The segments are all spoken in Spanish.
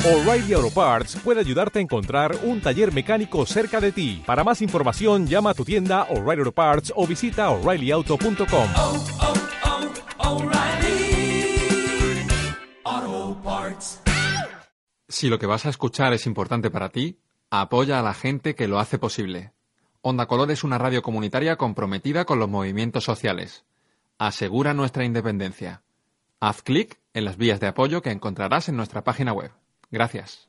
O'Reilly Auto Parts puede ayudarte a encontrar un taller mecánico cerca de ti. Para más información, llama a tu tienda O'Reilly Auto Parts o visita O'ReillyAuto.com. O'Reilly Auto Parts. Si lo que vas a escuchar es importante para ti, apoya a la gente que lo hace posible. Onda Color es una radio comunitaria comprometida con los movimientos sociales. Asegura nuestra independencia. Haz clic en las vías de apoyo que encontrarás en nuestra página web. Gracias.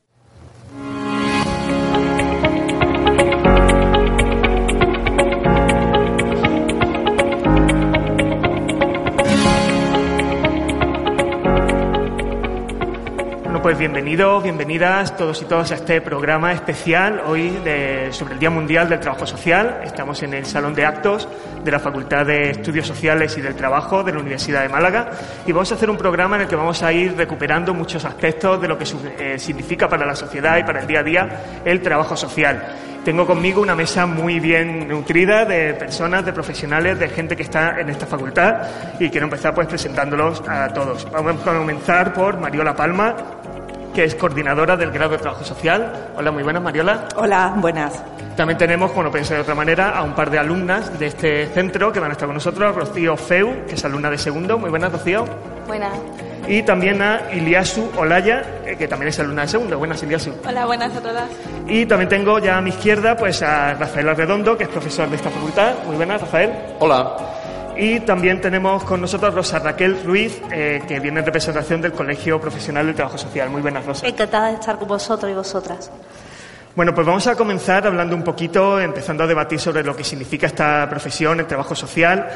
Pues bienvenidos, bienvenidas todos y todas a este programa especial hoy sobre el Día Mundial del Trabajo Social. Estamos en el Salón de Actos de la Facultad de Estudios Sociales y del Trabajo de la Universidad de Málaga y vamos a hacer un programa en el que vamos a ir recuperando muchos aspectos de lo que significa para la sociedad y para el día a día el trabajo social. Tengo conmigo una mesa muy bien nutrida de personas, de profesionales, de gente que está en esta facultad y quiero empezar pues presentándolos a todos. Vamos a comenzar por Mariola Palma, que es coordinadora del grado de Trabajo Social. Hola, muy buenas, Mariola. Hola, buenas. También tenemos, como no puede ser de otra manera, a un par de alumnas de este centro que van a estar con nosotros. Rocío Feu, que es alumna de segundo. Muy buenas, Rocío. Buenas. Y también a Iliasu Olaya, que también es alumna de segundo. Buenas, Iliasu. Hola, buenas a todas. Y también tengo ya a mi izquierda pues a Rafael Arredondo, que es profesor de esta facultad. Muy buenas, Rafael. Hola. Y también tenemos con nosotros a Rosa Raquel Ruiz, que viene en representación del Colegio Profesional del Trabajo Social. Muy buenas, Rosa. Encantada de estar con vosotros y vosotras. Bueno, pues vamos a comenzar hablando un poquito, empezando a debatir sobre lo que significa esta profesión, el trabajo social.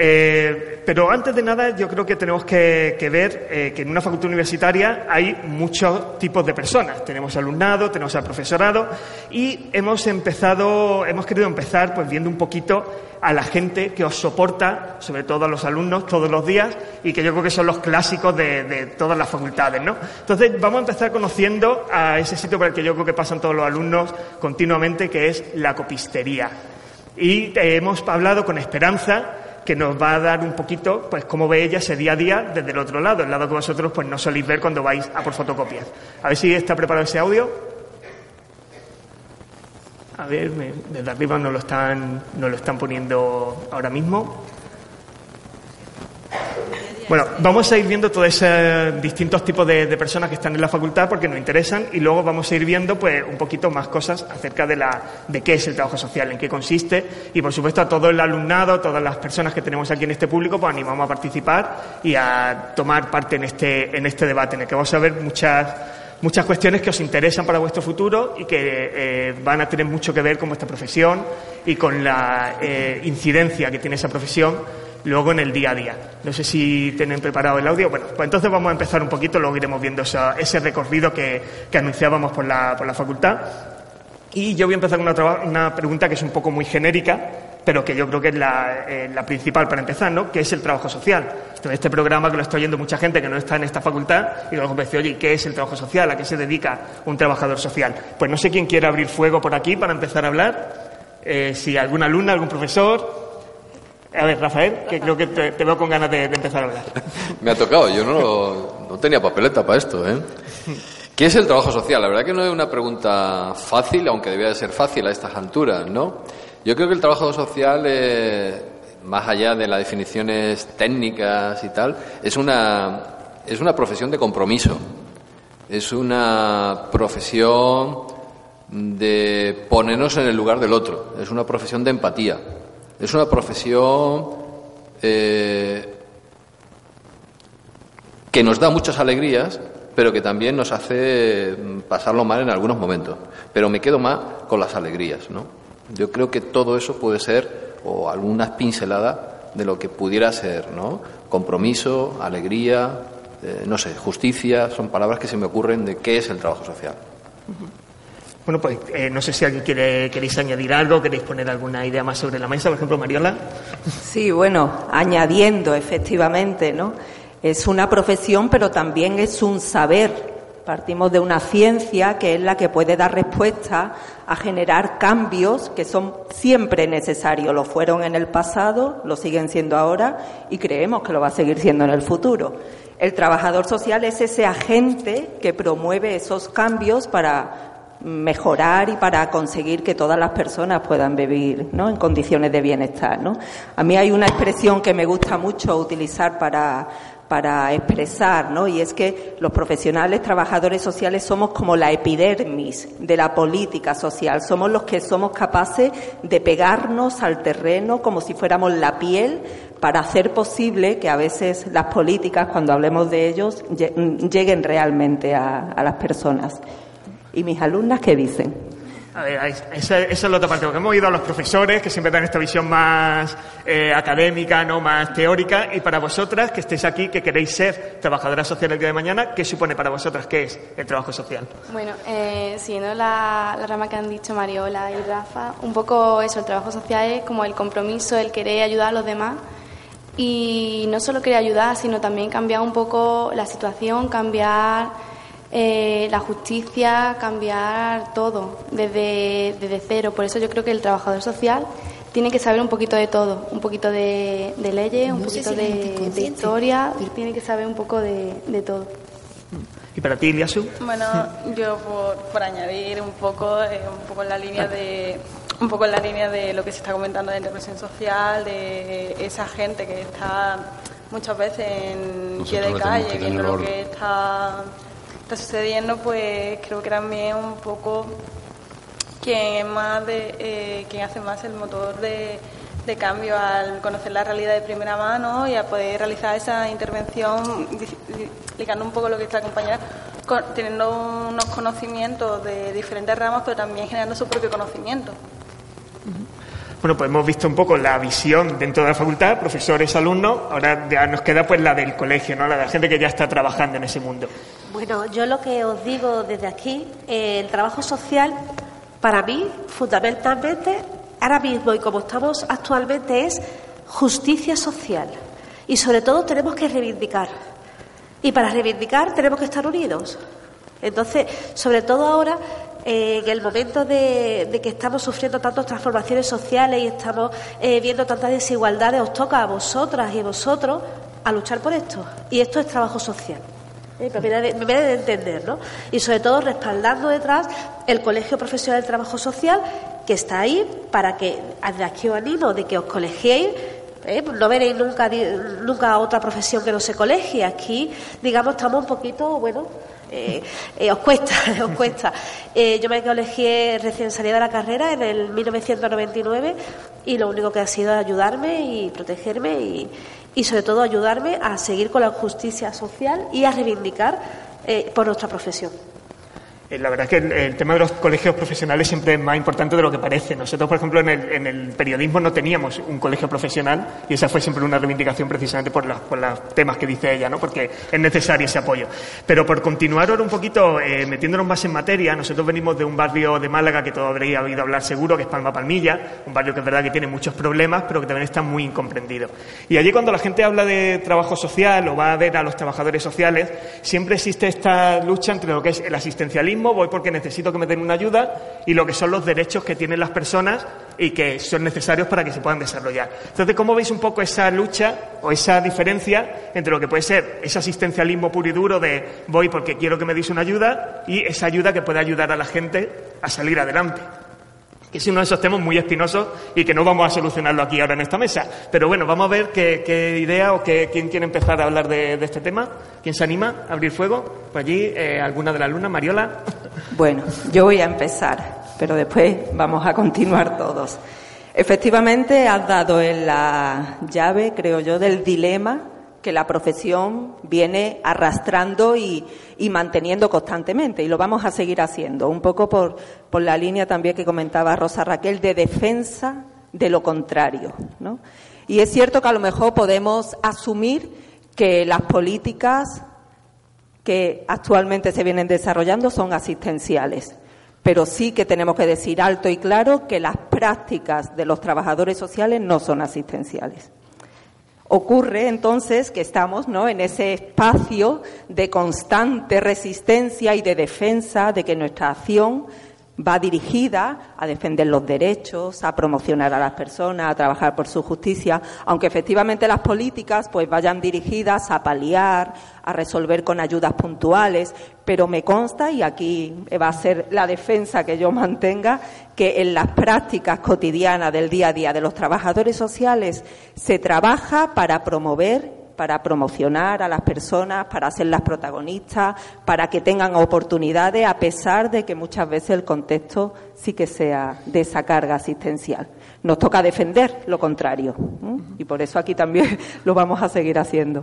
Pero antes de nada, yo creo que tenemos que ver que en una facultad universitaria hay muchos tipos de personas. Tenemos alumnado, tenemos al profesorado y hemos querido empezar pues viendo un poquito a la gente que os soporta, sobre todo a los alumnos, todos los días, y que yo creo que son los clásicos de todas las facultades, ¿no? Entonces, vamos a empezar conociendo a ese sitio por el que yo creo que pasan todos los alumnos continuamente, que es la copistería. Y hemos hablado con Esperanza, que nos va a dar un poquito, pues, cómo ve ella ese día a día desde el otro lado, el lado que vosotros, pues, no soléis ver cuando vais a por fotocopias. A ver si está preparado ese audio. A ver, desde arriba nos lo están poniendo ahora mismo. Bueno, vamos a ir viendo todos esos distintos tipos de personas que están en la facultad porque nos interesan y luego vamos a ir viendo pues un poquito más cosas acerca de qué es el trabajo social, en qué consiste y por supuesto a todo el alumnado, todas las personas que tenemos aquí en este público, pues animamos a participar y a tomar parte en este debate en el que vamos a ver muchas cuestiones que os interesan para vuestro futuro y que van a tener mucho que ver con vuestra profesión y con la incidencia que tiene esa profesión luego en el día a día. No sé si tienen preparado el audio. Bueno, pues entonces vamos a empezar un poquito, luego iremos viendo ese recorrido que anunciábamos por la facultad. Y yo voy a empezar con una pregunta que es un poco muy genérica, pero que yo creo que es la principal para empezar, ¿no? ¿Qué es el trabajo social? Este programa que lo está oyendo mucha gente que no está en esta facultad y luego me dice, oye, ¿qué es el trabajo social? ¿A qué se dedica un trabajador social? Pues no sé quién quiere abrir fuego por aquí para empezar a hablar. Si alguna alumna, algún profesor. A ver, Rafael, que creo que te veo con ganas de empezar a hablar. Me ha tocado, yo no tenía papeleta para esto, ¿eh? ¿Qué es el trabajo social? La verdad que no es una pregunta fácil, aunque debía de ser fácil a estas alturas, ¿no? Yo creo que el trabajo social, más allá de las definiciones técnicas y tal, es una profesión de compromiso. Es una profesión de ponernos en el lugar del otro. Es una profesión de empatía. Es una profesión que nos da muchas alegrías, pero que también nos hace pasarlo mal en algunos momentos. Pero me quedo más con las alegrías, ¿no? Yo creo que todo eso puede ser, o algunas pinceladas de lo que pudiera ser, ¿no? Compromiso, alegría, no sé, justicia, son palabras que se me ocurren de qué es el trabajo social. Bueno, pues no sé si alguien queréis añadir algo, queréis poner alguna idea más sobre la mesa, por ejemplo, Mariola. Sí, bueno, añadiendo, efectivamente, ¿no? Es una profesión, pero también es un saber Partimos de una ciencia que es la que puede dar respuesta a generar cambios que son siempre necesarios. Lo fueron en el pasado, lo siguen siendo ahora y creemos que lo va a seguir siendo en el futuro. El trabajador social es ese agente que promueve esos cambios para mejorar y para conseguir que todas las personas puedan vivir, ¿no?, en condiciones de bienestar, ¿no? A mí hay una expresión que me gusta mucho utilizar para expresar, ¿no?, y es que los profesionales trabajadores sociales somos como la epidermis de la política social, somos los que somos capaces de pegarnos al terreno como si fuéramos la piel para hacer posible que a veces las políticas, cuando hablemos de ellos, lleguen realmente a las personas. ¿Y mis alumnas qué dicen? A ver, esa es la otra parte, porque hemos oído a los profesores que siempre dan esta visión más académica, no más teórica, y para vosotras que estéis aquí, que queréis ser trabajadoras sociales el día de mañana, ¿qué supone para vosotras qué es el trabajo social? Bueno, siguiendo la rama que han dicho Mariola y Rafa, un poco eso, el trabajo social es como el compromiso, el querer ayudar a los demás, y no solo querer ayudar, sino también cambiar un poco la situación, cambiar la justicia, cambiar todo desde cero. Por eso yo creo que el trabajador social tiene que saber un poquito de todo, un poquito de leyes, un poquito de historia, tiene que saber un poco de todo. ¿Y para ti, Iliasu? Bueno, yo por añadir un poco en la línea de lo que se está comentando de intervención social, de esa gente que está muchas veces en pie de calle, viendo lo que está sucediendo, pues creo que también un poco quien hace más el motor de cambio al conocer la realidad de primera mano y a poder realizar esa intervención, explicando un poco lo que esta compañera, teniendo unos conocimientos de diferentes ramas, pero también generando su propio conocimiento. Bueno, pues hemos visto un poco la visión dentro de la facultad, profesores, alumnos, ahora ya nos queda pues la del colegio, ¿no?, la de la gente que ya está trabajando en ese mundo. Bueno, yo lo que os digo desde aquí, el trabajo social, para mí, fundamentalmente, ahora mismo y como estamos actualmente, es justicia social. Y sobre todo tenemos que reivindicar. Y para reivindicar tenemos que estar unidos. Entonces, sobre todo ahora, en el momento de que estamos sufriendo tantas transformaciones sociales y estamos viendo tantas desigualdades, os toca a vosotras y a vosotros a luchar por esto. Y esto es trabajo social. Me viene de entender, ¿no? Y sobre todo respaldando detrás el Colegio Profesional del Trabajo Social, que está ahí para que, desde aquí os animo de que os colegiéis. No veréis nunca otra profesión que no se colegie. Aquí, digamos, estamos un poquito, bueno, os cuesta. Yo me colegié recién salida de la carrera en el 1999 y lo único que ha sido ayudarme y protegerme y sobre todo ayudarme a seguir con la justicia social y a reivindicar por nuestra profesión. La verdad es que el tema de los colegios profesionales siempre es más importante de lo que parece. Nosotros, por ejemplo, en el periodismo no teníamos un colegio profesional y esa fue siempre una reivindicación precisamente por los temas que dice ella, ¿no?, porque es necesario ese apoyo. Pero por continuar ahora un poquito metiéndonos más en materia, nosotros venimos de un barrio de Málaga que todos habréis oído hablar seguro, que es Palma Palmilla, un barrio que es verdad que tiene muchos problemas, pero que también está muy incomprendido. Y allí cuando la gente habla de trabajo social o va a ver a los trabajadores sociales, siempre existe esta lucha entre lo que es el asistencialismo, voy porque necesito que me den una ayuda, y lo que son los derechos que tienen las personas y que son necesarios para que se puedan desarrollar. Entonces, ¿cómo veis un poco esa lucha o esa diferencia entre lo que puede ser ese asistencialismo puro y duro de voy porque quiero que me deis una ayuda y esa ayuda que puede ayudar a la gente a salir adelante? Que es uno de esos temas muy espinosos y que no vamos a solucionarlo aquí ahora en esta mesa. Pero bueno, vamos a ver qué idea o quién quiere empezar a hablar de este tema. ¿Quién se anima a abrir fuego? Por allí, ¿alguna de las alumnas? Mariola. Bueno, yo voy a empezar, pero después vamos a continuar todos. Efectivamente, has dado en la llave, creo yo, del dilema que la profesión viene arrastrando y manteniendo constantemente, y lo vamos a seguir haciendo, un poco por la línea también que comentaba Rosa Raquel, de defensa de lo contrario, ¿no? Y es cierto que a lo mejor podemos asumir que las políticas que actualmente se vienen desarrollando son asistenciales, pero sí que tenemos que decir alto y claro que las prácticas de los trabajadores sociales no son asistenciales. Ocurre entonces que estamos, ¿no?, en ese espacio de constante resistencia y de defensa de que nuestra acción va dirigida a defender los derechos, a promocionar a las personas, a trabajar por su justicia, aunque efectivamente las políticas pues vayan dirigidas a paliar, a resolver con ayudas puntuales, pero me consta, y aquí va a ser la defensa que yo mantenga, que en las prácticas cotidianas del día a día de los trabajadores sociales se trabaja para promocionar a las personas, para hacerlas protagonistas, para que tengan oportunidades, a pesar de que muchas veces el contexto sí que sea de esa carga asistencial. Nos toca defender lo contrario, y por eso aquí también lo vamos a seguir haciendo.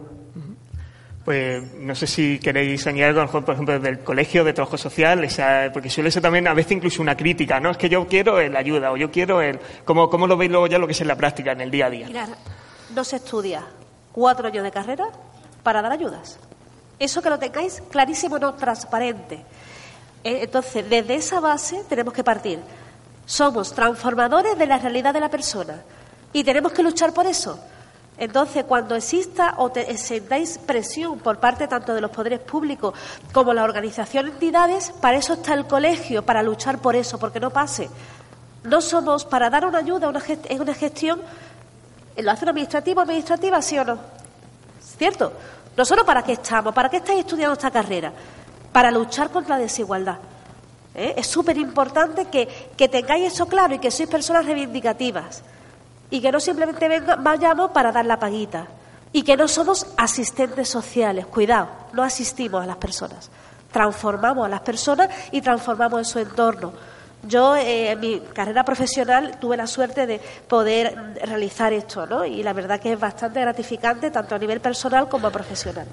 Pues no sé si queréis añadir algo, a lo mejor, por ejemplo, desde el colegio de trabajo social, porque suele ser también a veces incluso una crítica, ¿no? Es que yo quiero la ayuda, o yo quiero ¿Cómo lo veis luego ya lo que es en la práctica, en el día a día? Mirad, no se estudia 4 años de carrera para dar ayudas. Eso que lo tengáis clarísimo, no transparente. Entonces, desde esa base tenemos que partir. Somos transformadores de la realidad de la persona y tenemos que luchar por eso. Entonces, cuando exista o sentáis presión por parte tanto de los poderes públicos como las organizaciones, entidades, para eso está el colegio, para luchar por eso, porque no pase. No somos para dar una ayuda, es una gestión. ¿Lo hace un administrativa, sí o no? ¿Cierto? ¿Nosotros para qué estamos? ¿Para qué estáis estudiando esta carrera? Para luchar contra la desigualdad. Es súper importante que tengáis eso claro y que sois personas reivindicativas. Y que no simplemente vayamos para dar la paguita. Y que no somos asistentes sociales. Cuidado, no asistimos a las personas. Transformamos a las personas y transformamos en su entorno. Yo, en mi carrera profesional, tuve la suerte de poder realizar esto, ¿no? Y la verdad que es bastante gratificante, tanto a nivel personal como profesional.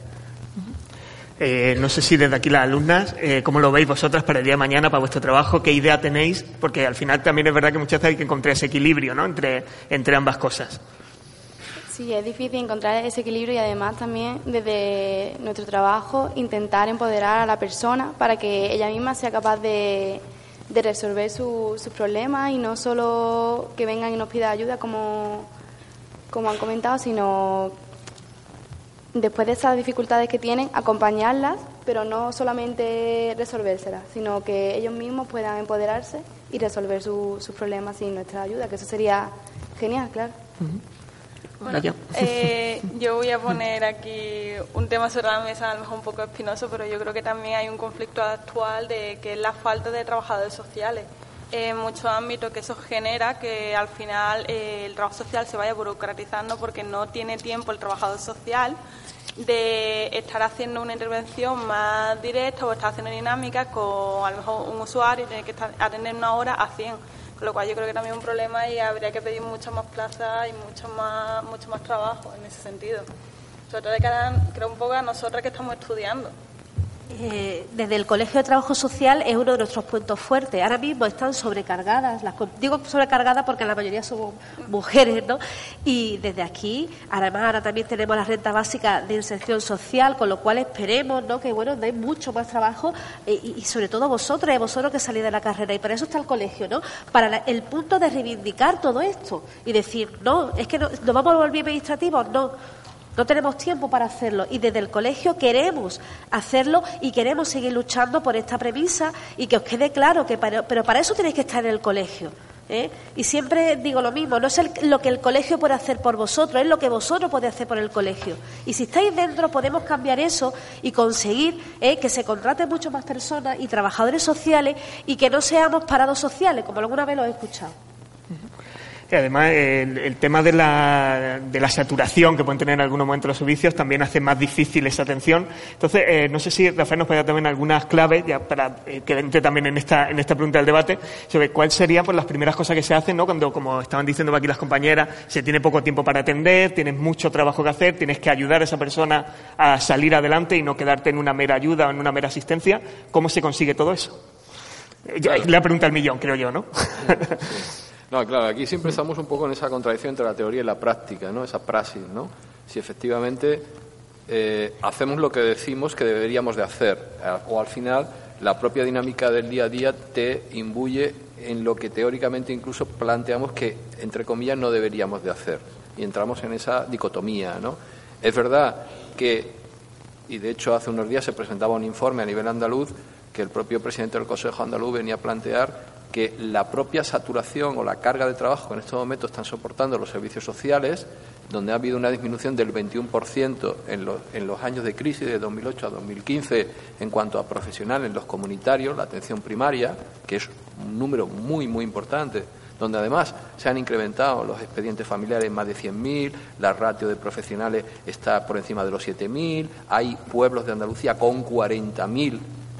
No sé si desde aquí las alumnas, ¿cómo lo veis vosotras para el día de mañana, para vuestro trabajo? ¿Qué idea tenéis? Porque al final también es verdad que muchas veces hay que encontrar ese equilibrio, ¿no?, entre ambas cosas. Sí, es difícil encontrar ese equilibrio y además también desde nuestro trabajo intentar empoderar a la persona para que ella misma sea capaz de resolver sus problemas y no solo que vengan y nos pidan ayuda como han comentado, sino después de esas dificultades que tienen, acompañarlas, pero no solamente resolvérselas, sino que ellos mismos puedan empoderarse y resolver sus problemas sin nuestra ayuda, que eso sería genial, claro. Bueno, yo voy a poner aquí un tema sobre la mesa, a lo mejor un poco espinoso, pero yo creo que también hay un conflicto actual que es la falta de trabajadores sociales. En muchos ámbitos que eso genera que al final el trabajo social se vaya burocratizando porque no tiene tiempo el trabajador social de estar haciendo una intervención más directa o estar haciendo dinámicas con a lo mejor un usuario y tener que atender 1 hora a 100. Con lo cual yo creo que también es un problema y habría que pedir muchas más plazas y mucho más trabajo en ese sentido. Sobre todo de cara, creo, un poco a nosotras que estamos estudiando. Desde el Colegio de Trabajo Social es uno de nuestros puntos fuertes. Ahora mismo están sobrecargadas, digo sobrecargadas porque la mayoría somos mujeres, ¿no? Y desde aquí, además ahora también tenemos la renta básica de inserción social, con lo cual esperemos, ¿no?, que bueno, deis mucho más trabajo y sobre todo vosotros que salís de la carrera. Y para eso está el colegio, ¿no? Para el punto de reivindicar todo esto y decir, no, es que no vamos a volver administrativos, no tenemos tiempo para hacerlo y desde el colegio queremos hacerlo y queremos seguir luchando por esta premisa y que os quede claro pero para eso tenéis que estar en el colegio. Y siempre digo lo mismo, no es lo que el colegio puede hacer por vosotros, es lo que vosotros podéis hacer por el colegio. Y si estáis dentro podemos cambiar eso y conseguir que se contraten mucho más personas y trabajadores sociales y que no seamos parados sociales, como alguna vez lo he escuchado. Y además el tema de la saturación que pueden tener en algunos momentos los servicios también hace más difícil esa atención. Entonces, no sé si Rafael nos puede dar también algunas claves, ya para que entre también en esta pregunta del debate, sobre cuáles serían pues las primeras cosas que se hacen, ¿no?, cuando, como estaban diciendo aquí las compañeras, se tiene poco tiempo para atender, tienes mucho trabajo que hacer, tienes que ayudar a esa persona a salir adelante y no quedarte en una mera ayuda o en una mera asistencia. ¿Cómo se consigue todo eso? La pregunta del millón, creo yo, ¿no? No, claro, aquí siempre estamos un poco en esa contradicción entre la teoría y la práctica, ¿no? Esa praxis, ¿no? Si efectivamente hacemos lo que decimos que deberíamos de hacer, o al final la propia dinámica del día a día te imbuye en lo que teóricamente incluso planteamos que, entre comillas, no deberíamos de hacer. y entramos en esa dicotomía, ¿no? Es verdad que, y de hecho hace unos días se presentaba un informe a nivel andaluz que el propio presidente del Consejo andaluz venía a plantear que la propia saturación o la carga de trabajo que en estos momentos están soportando los servicios sociales, donde ha habido una disminución del 21% en los años de crisis de 2008 a 2015 en cuanto a profesionales, los comunitarios, la atención primaria, que es un número muy, muy importante, donde además se han incrementado los expedientes familiares en más de 100.000, la ratio de profesionales está por encima de los 7.000, hay pueblos de Andalucía con 40.000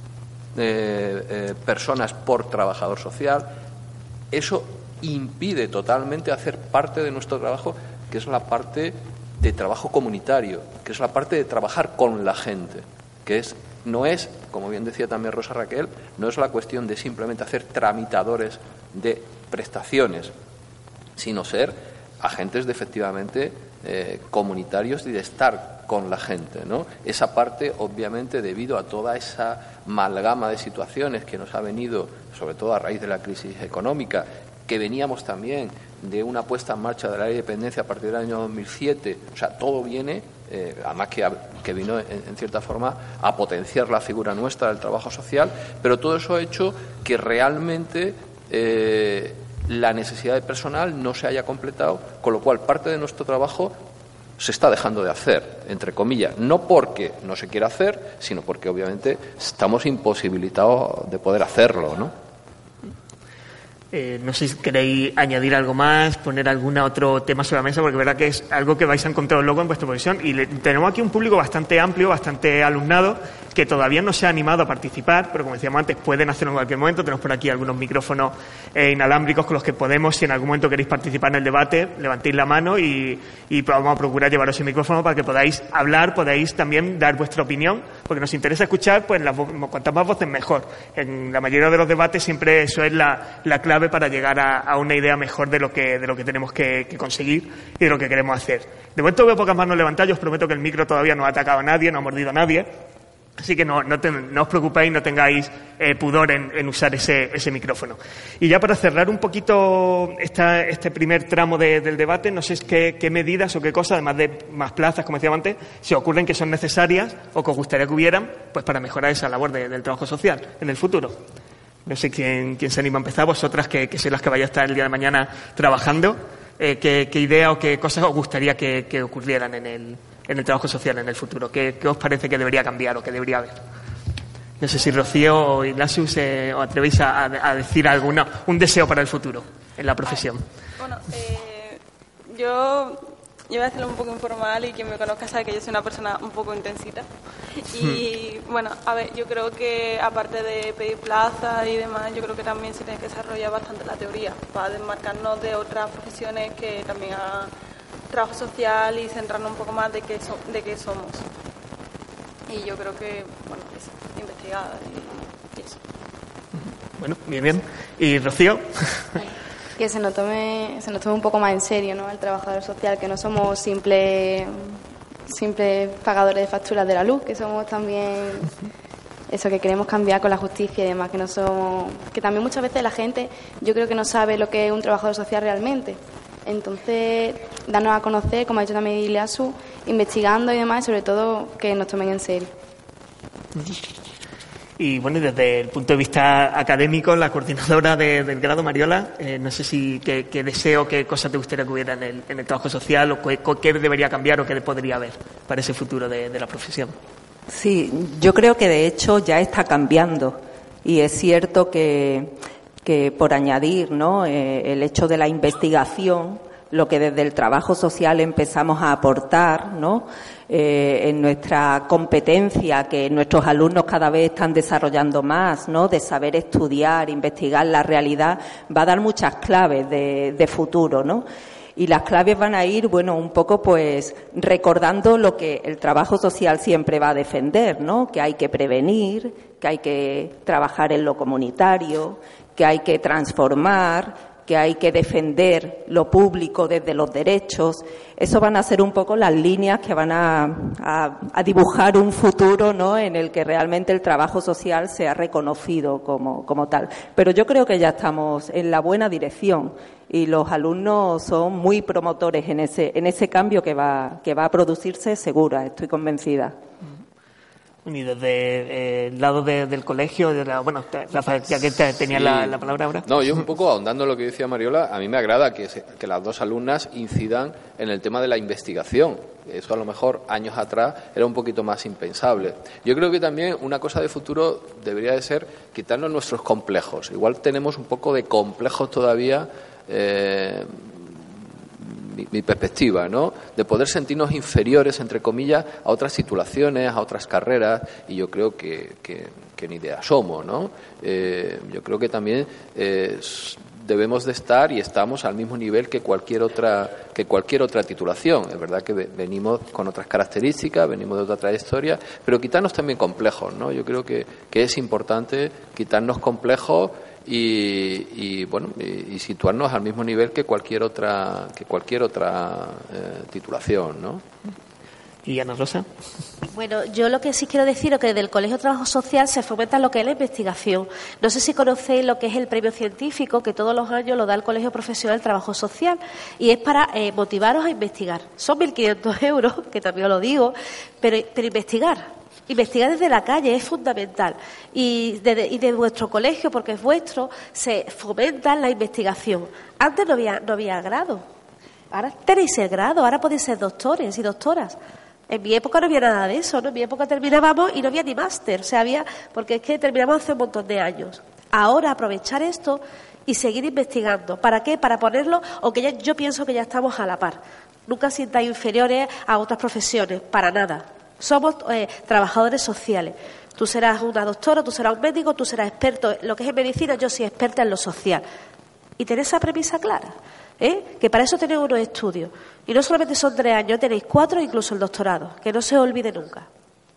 personas por trabajador social. Eso impide totalmente hacer parte de nuestro trabajo, que es la parte de trabajo comunitario, que es la parte de trabajar con la gente, que no es, como bien decía también Rosa Raquel, no es la cuestión de simplemente hacer tramitadores de prestaciones, sino ser agentes de efectivamente comunitarios y de estar con la gente, ¿no? Esa parte, obviamente, debido a toda esa amalgama de situaciones que nos ha venido, sobre todo a raíz de la crisis económica, que veníamos también de una puesta en marcha de la ley de dependencia a partir del año 2007, o sea, todo viene, además que vino en cierta forma a potenciar la figura nuestra del trabajo social, pero todo eso ha hecho que realmente la necesidad de personal no se haya completado, con lo cual parte de nuestro trabajo se está dejando de hacer, entre comillas, no porque no se quiera hacer, sino porque obviamente estamos imposibilitados de poder hacerlo, ¿no? No sé si queréis añadir algo más, poner algún otro tema sobre la mesa, porque es verdad que es algo que vais a encontrar luego en vuestra posición. Y tenemos aquí un público bastante amplio, bastante alumnado, que todavía no se ha animado a participar, pero como decíamos antes, pueden hacerlo en cualquier momento. Tenemos por aquí algunos micrófonos inalámbricos con los que podemos, si en algún momento queréis participar en el debate, levantéis la mano y vamos a procurar llevaros el micrófono para que podáis hablar, podáis también dar vuestra opinión, porque nos interesa escuchar, pues cuantas más voces mejor. En la mayoría de los debates siempre eso es la clave para llegar a una idea mejor de lo que tenemos que conseguir y de lo que queremos hacer. De momento veo pocas manos levantadas, yo os prometo que el micro todavía no ha atacado a nadie, no ha mordido a nadie, así que no os preocupéis, no tengáis pudor en usar ese micrófono. Y ya para cerrar un poquito este primer tramo del debate, no sé qué medidas o qué cosas, además de más plazas, como decíamos antes, se ocurren que son necesarias o que os gustaría que hubieran, pues para mejorar esa labor del trabajo social en el futuro. No sé quién se anima a empezar, vosotras que sois las que vais a estar el día de mañana trabajando, qué idea o qué cosas os gustaría que ocurrieran en el trabajo social en el futuro, qué os parece que debería cambiar o que debería haber. No sé si Rocío o Ignacio os atrevéis a decir un deseo para el futuro en la profesión. Bueno, yo voy a hacerlo un poco informal y quien me conozca sabe que yo soy una persona un poco intensita. Y bueno, a ver, yo creo que aparte de pedir plazas y demás, yo creo que también se tiene que desarrollar bastante la teoría para desmarcarnos de otras profesiones que también hagan trabajo social y centrarnos un poco más de qué somos. Y yo creo que, bueno, eso, investigar y eso. Bueno, bien. ¿Y Rocío? Que se nos tome un poco más en serio, ¿no?, el trabajador social, que no somos simples pagadores de facturas de la luz, que somos también eso, que queremos cambiar con la justicia y demás, que también muchas veces la gente, yo creo que no sabe lo que es un trabajador social realmente. Entonces, darnos a conocer, como ha dicho también Ileasu, investigando y demás, y sobre todo que nos tomen en serio. Y bueno, desde el punto de vista académico, la coordinadora del grado, Mariola, no sé si qué deseo, qué cosas te gustaría que hubiera en el trabajo social, o qué debería cambiar o qué podría haber para ese futuro de la profesión. Sí, yo creo que de hecho ya está cambiando, y es cierto que por añadir, ¿no?, el hecho de la investigación, lo que desde el trabajo social empezamos a aportar, ¿no?, en nuestra competencia, que nuestros alumnos cada vez están desarrollando más, ¿no?, de saber estudiar, investigar la realidad, va a dar muchas claves de futuro, ¿no? Y las claves van a ir, bueno, un poco pues recordando lo que el trabajo social siempre va a defender, ¿no?, que hay que prevenir, que hay que trabajar en lo comunitario, que hay que transformar, que hay que defender lo público desde los derechos. Eso van a ser un poco las líneas que van a dibujar un futuro, ¿no?, en el que realmente el trabajo social sea reconocido como tal. Pero yo creo que ya estamos en la buena dirección y los alumnos son muy promotores en ese cambio que va a producirse, segura, estoy convencida. Y desde el lado del colegio, Rafa, ya que tenía la palabra ahora. No, yo un poco ahondando en lo que decía Mariola, a mí me agrada que las dos alumnas incidan en el tema de la investigación. Eso a lo mejor años atrás era un poquito más impensable. Yo creo que también una cosa de futuro debería de ser quitarnos nuestros complejos. Igual tenemos un poco de complejos todavía, mi perspectiva, ¿no?, de poder sentirnos inferiores, entre comillas, a otras titulaciones, a otras carreras, y yo creo que ni idea somos, ¿no? Yo creo que también debemos de estar y estamos al mismo nivel que cualquier otra titulación. Es verdad que venimos con otras características, venimos de otra trayectoria, pero quitarnos también complejos, ¿no? Yo creo que es importante quitarnos complejos y situarnos al mismo nivel que cualquier otra titulación, ¿no? ¿Y Ana Rosa? Bueno, yo lo que sí quiero decir es que desde el Colegio de Trabajo Social se fomenta lo que es la investigación. No sé si conocéis lo que es el premio científico, que todos los años lo da el Colegio Profesional de Trabajo Social, y es para motivaros a investigar. Son 1.500 euros, que también lo digo, pero investigar desde la calle es fundamental. Y de vuestro colegio, porque es vuestro, se fomenta la investigación. Antes no había grado. Ahora tenéis el grado, ahora podéis ser doctores y doctoras. En mi época no había nada de eso, ¿no? En mi época terminábamos y no había ni máster, porque es que terminamos hace un montón de años. Ahora aprovechar esto y seguir investigando. ¿Para qué? Para ponerlo, aunque yo pienso que ya estamos a la par. Nunca sintáis inferiores a otras profesiones, para nada. Somos trabajadores sociales. Tú serás una doctora, tú serás un médico, tú serás experto en lo que es en medicina, yo soy experta en lo social. Y tenéis esa premisa clara, que para eso tenéis unos estudios. Y no solamente son 3 años, tenéis 4, incluso el doctorado, que no se olvide nunca.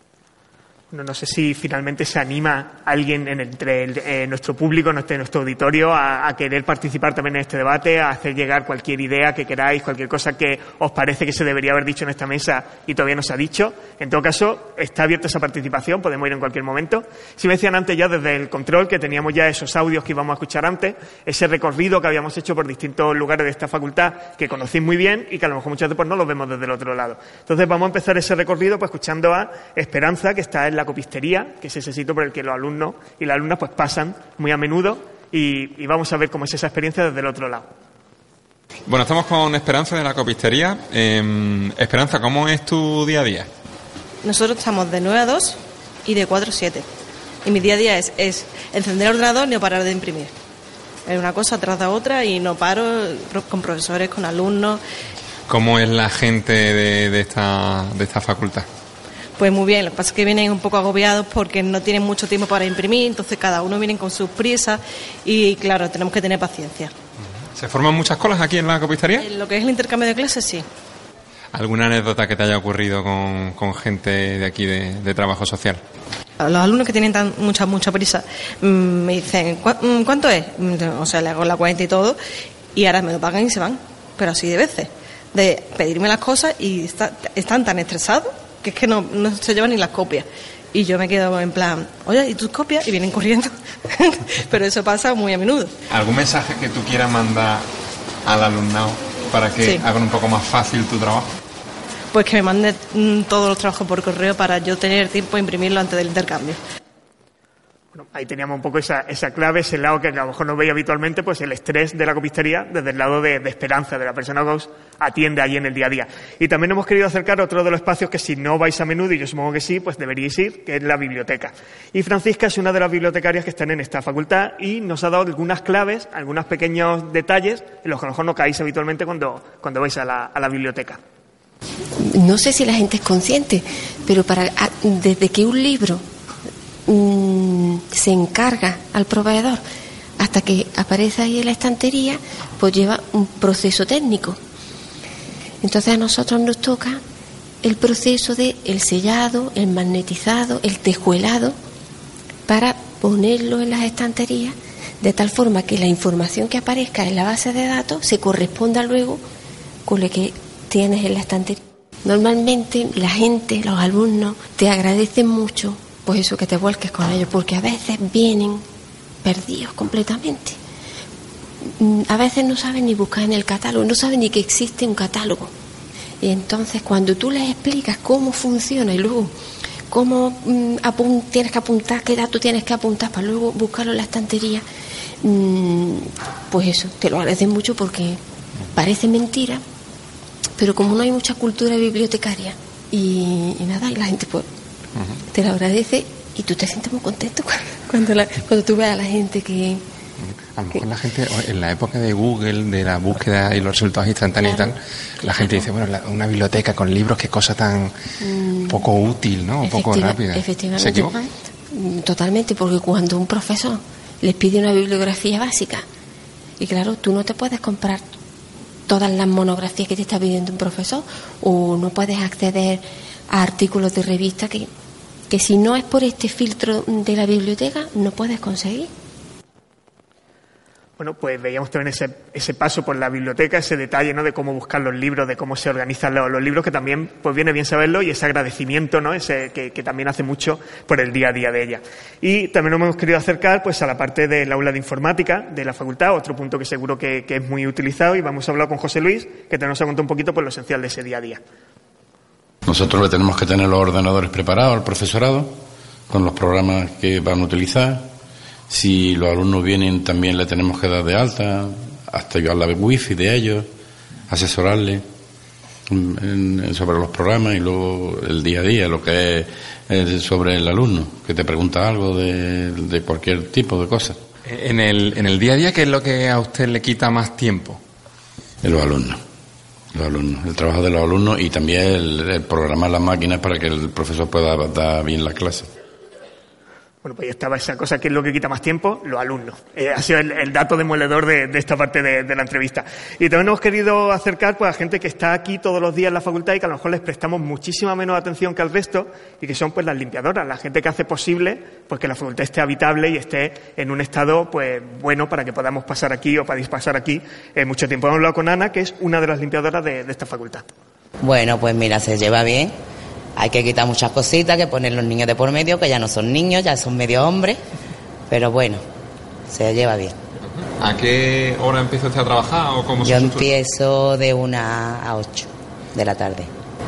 No sé si finalmente se anima alguien entre nuestro público, nuestro auditorio, a querer participar también en este debate, a hacer llegar cualquier idea que queráis, cualquier cosa que os parece que se debería haber dicho en esta mesa y todavía no se ha dicho. En todo caso, está abierta esa participación, podemos ir en cualquier momento. Si me decían antes ya desde el control que teníamos ya esos audios que íbamos a escuchar antes, ese recorrido que habíamos hecho por distintos lugares de esta facultad que conocéis muy bien y que a lo mejor muchas veces pues no los vemos desde el otro lado. Entonces vamos a empezar ese recorrido pues escuchando a Esperanza, que está en la copistería, que es ese sitio por el que los alumnos y las alumnas pues pasan muy a menudo y vamos a ver cómo es esa experiencia desde el otro lado. Bueno, estamos con Esperanza de la copistería. Esperanza, ¿cómo es tu día a día? Nosotros estamos de 9 a 2 y de 4 a 7. Y mi día a día es encender el ordenador y no parar de imprimir. Es una cosa tras de otra y no paro, con profesores, con alumnos. ¿Cómo es la gente de esta facultad? Pues muy bien, lo que pasa es que vienen un poco agobiados porque no tienen mucho tiempo para imprimir, entonces cada uno viene con sus prisas y claro, tenemos que tener paciencia. ¿Se forman muchas colas aquí en la copistería? En lo que es el intercambio de clases, sí. ¿Alguna anécdota que te haya ocurrido con gente de aquí de trabajo social? Los alumnos que tienen mucha prisa me dicen, ¿cuánto es? O sea, le hago la cuenta y todo y ahora me lo pagan y se van, pero así de veces, de pedirme las cosas y están tan estresados que es que no se llevan ni las copias. Y yo me quedo en plan, oye, ¿y tus copias? Y vienen corriendo. Pero eso pasa muy a menudo. ¿Algún mensaje que tú quieras mandar al alumnado para que hagan un poco más fácil tu trabajo? Pues que me mande todos los trabajos por correo para yo tener tiempo de imprimirlo antes del intercambio. Bueno, ahí teníamos un poco esa clave, ese lado que a lo mejor no veis habitualmente, pues el estrés de la copistería desde el lado de Esperanza, de la persona que os atiende allí en el día a día. Y también hemos querido acercar otro de los espacios que si no vais a menudo, y yo supongo que sí, pues deberíais ir, que es la biblioteca. Y Francisca es una de las bibliotecarias que están en esta facultad y nos ha dado algunas claves, algunos pequeños detalles en los que a lo mejor no caéis habitualmente cuando vais a la biblioteca. No sé si la gente es consciente, pero desde que un libro se encarga al proveedor hasta que aparece ahí en la estantería, pues lleva un proceso técnico. Entonces a nosotros nos toca el proceso de el sellado, el magnetizado, el tejuelado, para ponerlo en las estanterías de tal forma que la información que aparezca en la base de datos se corresponda luego con lo que tienes en la estantería. Normalmente la gente, los alumnos, te agradecen mucho, pues eso, que te vuelques con ellos, porque a veces vienen perdidos completamente. A veces no saben ni buscar en el catálogo, no saben ni que existe un catálogo. Y entonces cuando tú les explicas cómo funciona y luego cómo tienes que apuntar, qué dato tienes que apuntar para luego buscarlo en la estantería, pues eso, te lo agradecen mucho porque parece mentira, pero como no hay mucha cultura bibliotecaria y nada, y la gente pues te lo agradece y tú te sientes muy contento cuando tú ves a la gente que... A lo mejor la gente, en la época de Google, de la búsqueda y los resultados instantáneos y tal, la gente dice, bueno, una biblioteca con libros, qué cosa tan poco útil, ¿no? Poco rápida. Efectivamente. ¿Se equivocan? Totalmente, porque cuando un profesor les pide una bibliografía básica, y claro, tú no te puedes comprar todas las monografías que te está pidiendo un profesor, o no puedes acceder a artículos de revista que si no es por este filtro de la biblioteca, no puedes conseguir. Bueno, pues veíamos también ese paso por la biblioteca, ese detalle, ¿no?, de cómo buscar los libros, de cómo se organizan los libros, que también pues viene bien saberlo, y ese agradecimiento, ¿no?, ese que también hace mucho por el día a día de ella. Y también nos hemos querido acercar pues a la parte del aula de informática de la facultad, otro punto que seguro que es muy utilizado, y vamos a hablar con José Luis, que te nos ha contado un poquito por lo esencial de ese día a día. Nosotros le tenemos que tener los ordenadores preparados al profesorado, con los programas que van a utilizar. Si los alumnos vienen, también le tenemos que dar de alta, activar la wifi de ellos, asesorarles sobre los programas, y luego el día a día, lo que es sobre el alumno, que te pregunta algo de cualquier tipo de cosas. En el día a día, ¿qué es lo que a usted le quita más tiempo? Los alumnos, el trabajo de los alumnos, y también el programar las máquinas para que el profesor pueda dar bien la clase. Bueno, pues ahí estaba esa cosa, que es lo que quita más tiempo, los alumnos. Ha sido el dato demoledor de esta parte de la entrevista. Y también hemos querido acercar pues a gente que está aquí todos los días en la facultad y que a lo mejor les prestamos muchísima menos atención que al resto, y que son pues las limpiadoras, la gente que hace posible pues que la facultad esté habitable y esté en un estado pues bueno para que podamos pasar aquí, o podéis pasar aquí mucho tiempo. Hemos hablado con Ana, que es una de las limpiadoras de esta facultad. Bueno, pues mira, se lleva bien. Hay que quitar muchas cositas, que poner los niños de por medio, que ya no son niños, ya son medio hombres, pero bueno, se lleva bien. ¿A qué hora empieza usted a trabajar o cómo se estructura? Yo empiezo de 1 a 8 de la tarde.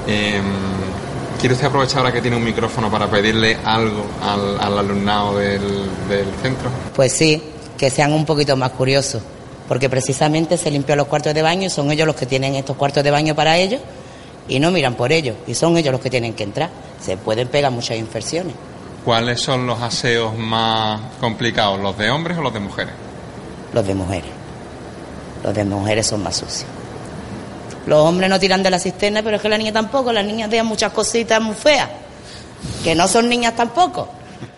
¿Quiere usted aprovechar ahora que tiene un micrófono para pedirle algo al alumnado del centro? Pues sí, que sean un poquito más curiosos, porque precisamente se limpian los cuartos de baño y son ellos los que tienen estos cuartos de baño para ellos, y no miran por ellos, y son ellos los que tienen que entrar. Se pueden pegar muchas infecciones. ¿Cuáles son los aseos más complicados, los de hombres o los de mujeres? Los de mujeres. Los de mujeres son más sucios. Los hombres no tiran de la cisterna, pero es que las niñas tampoco. Las niñas dejan muchas cositas muy feas, que no son niñas tampoco.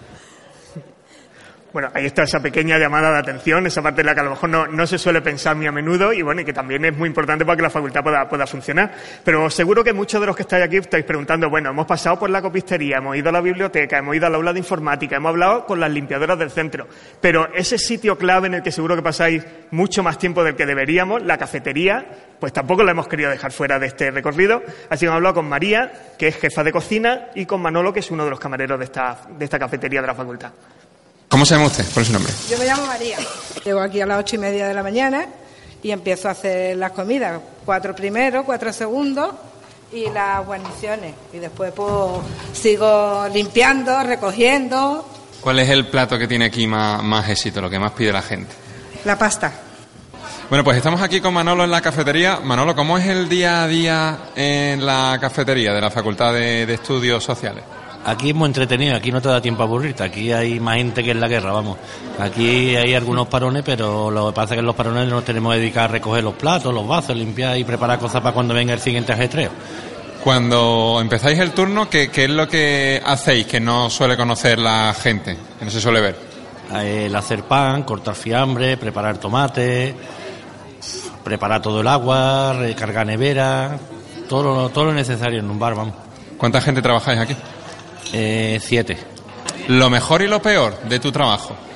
Bueno, ahí está esa pequeña llamada de atención, esa parte en la que a lo mejor no se suele pensar muy a menudo, y bueno, y que también es muy importante para que la facultad pueda funcionar. Pero seguro que muchos de los que estáis aquí estáis preguntando, bueno, hemos pasado por la copistería, hemos ido a la biblioteca, hemos ido al aula de informática, hemos hablado con las limpiadoras del centro, pero ese sitio clave en el que seguro que pasáis mucho más tiempo del que deberíamos, la cafetería, pues tampoco la hemos querido dejar fuera de este recorrido. Así que hemos hablado con María, que es jefa de cocina, y con Manolo, que es uno de los camareros de esta cafetería de la facultad. ¿Cómo se llama usted? ¿Cuál es su nombre? Yo me llamo María. Llego aquí a las 8:30 de la mañana y empiezo a hacer las comidas. 4 primeros, 4 segundos y las guarniciones. Y después pues sigo limpiando, recogiendo. ¿Cuál es el plato que tiene aquí más éxito, lo que más pide la gente? La pasta. Bueno, pues estamos aquí con Manolo en la cafetería. Manolo, ¿cómo es el día a día en la cafetería de la Facultad de Estudios Sociales? Aquí es muy entretenido, aquí no te da tiempo a aburrirte, aquí hay más gente que en la guerra, vamos. Aquí hay algunos parones, pero lo que pasa es que en los parones nos tenemos que dedicar a recoger los platos, los vasos, limpiar y preparar cosas para cuando venga el siguiente ajetreo. Cuando empezáis el turno, ¿qué es lo que hacéis que no suele conocer la gente, que no se suele ver? El hacer pan, cortar fiambre, preparar tomate, preparar todo el agua, recargar nevera, todo lo necesario en un bar, vamos. ¿Cuánta gente trabajáis aquí? 7. ¿Lo mejor y lo peor de tu trabajo?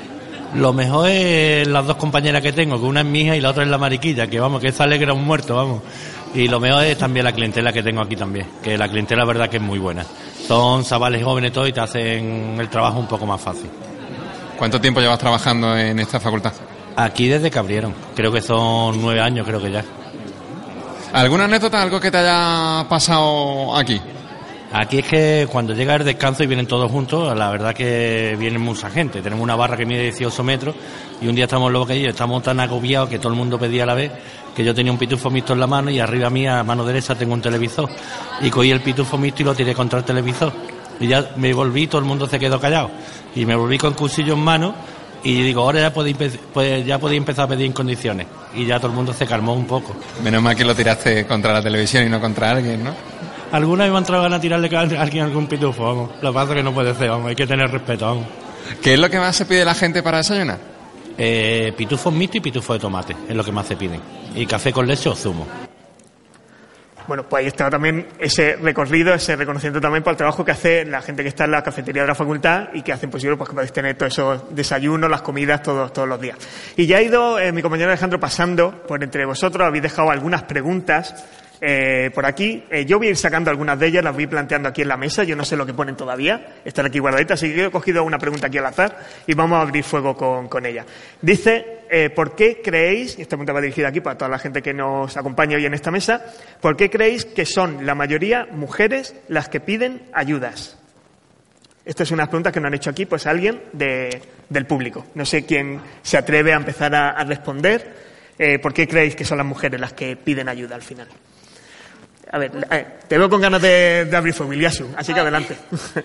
Lo mejor es las dos compañeras que tengo, que una es mi hija y la otra es la mariquilla, que vamos, que esa alegra un muerto, vamos. Y lo mejor es también la clientela que tengo aquí también, que la clientela la verdad que es muy buena. Son chavales jóvenes todos y te hacen el trabajo un poco más fácil. ¿Cuánto tiempo llevas trabajando en esta facultad? Aquí desde que abrieron, creo que son 9 años, creo que ya. ¿Alguna anécdota, algo que te haya pasado aquí? Aquí es que cuando llega el descanso y vienen todos juntos, la verdad que viene mucha gente. Tenemos una barra que mide 18 metros y un día estamos luego que estamos tan agobiados que todo el mundo pedía a la vez, que yo tenía un pitufo mixto en la mano y arriba mía, a mano derecha, tengo un televisor. Y cogí el pitufo mixto y lo tiré contra el televisor. Y ya me volví, todo el mundo se quedó callado. Y me volví con cuchillo en mano y digo, ahora ya podéis empezar a pedir en condiciones. Y ya todo el mundo se calmó un poco. Menos mal que lo tiraste contra la televisión y no contra alguien, ¿no? Algunas me han entrado ganas de tirarle a alguien algún pitufo, vamos. Lo que pasa es que no puede ser, vamos, hay que tener respeto, vamos. ¿Qué es lo que más se pide la gente para desayunar? Pitufos mixtos y pitufos de tomate, es lo que más se piden. Y café con leche o zumo. Bueno, pues ahí está también ese recorrido, ese reconocimiento también por el trabajo que hace la gente que está en la cafetería de la facultad y que hacen posible pues que podéis tener todos esos desayunos, las comidas todos los días. Y ya ha ido mi compañero Alejandro pasando por entre vosotros, habéis dejado algunas preguntas por aquí. Yo voy a ir sacando algunas de ellas, las voy planteando aquí en la mesa, yo no sé lo que ponen todavía, están aquí guardaditas, así que yo he cogido una pregunta aquí al azar y vamos a abrir fuego con ella. Dice, ¿por qué creéis, y esta pregunta va dirigida aquí para toda la gente que nos acompaña hoy en esta mesa, ¿por qué creéis que son la mayoría mujeres las que piden ayudas? Esta es una pregunta que nos han hecho aquí pues alguien del público. No sé quién se atreve a empezar a responder. ¿Por qué creéis que son las mujeres las que piden ayuda al final? A ver, te veo con ganas de abrir fuego, Iliasu, así que adelante.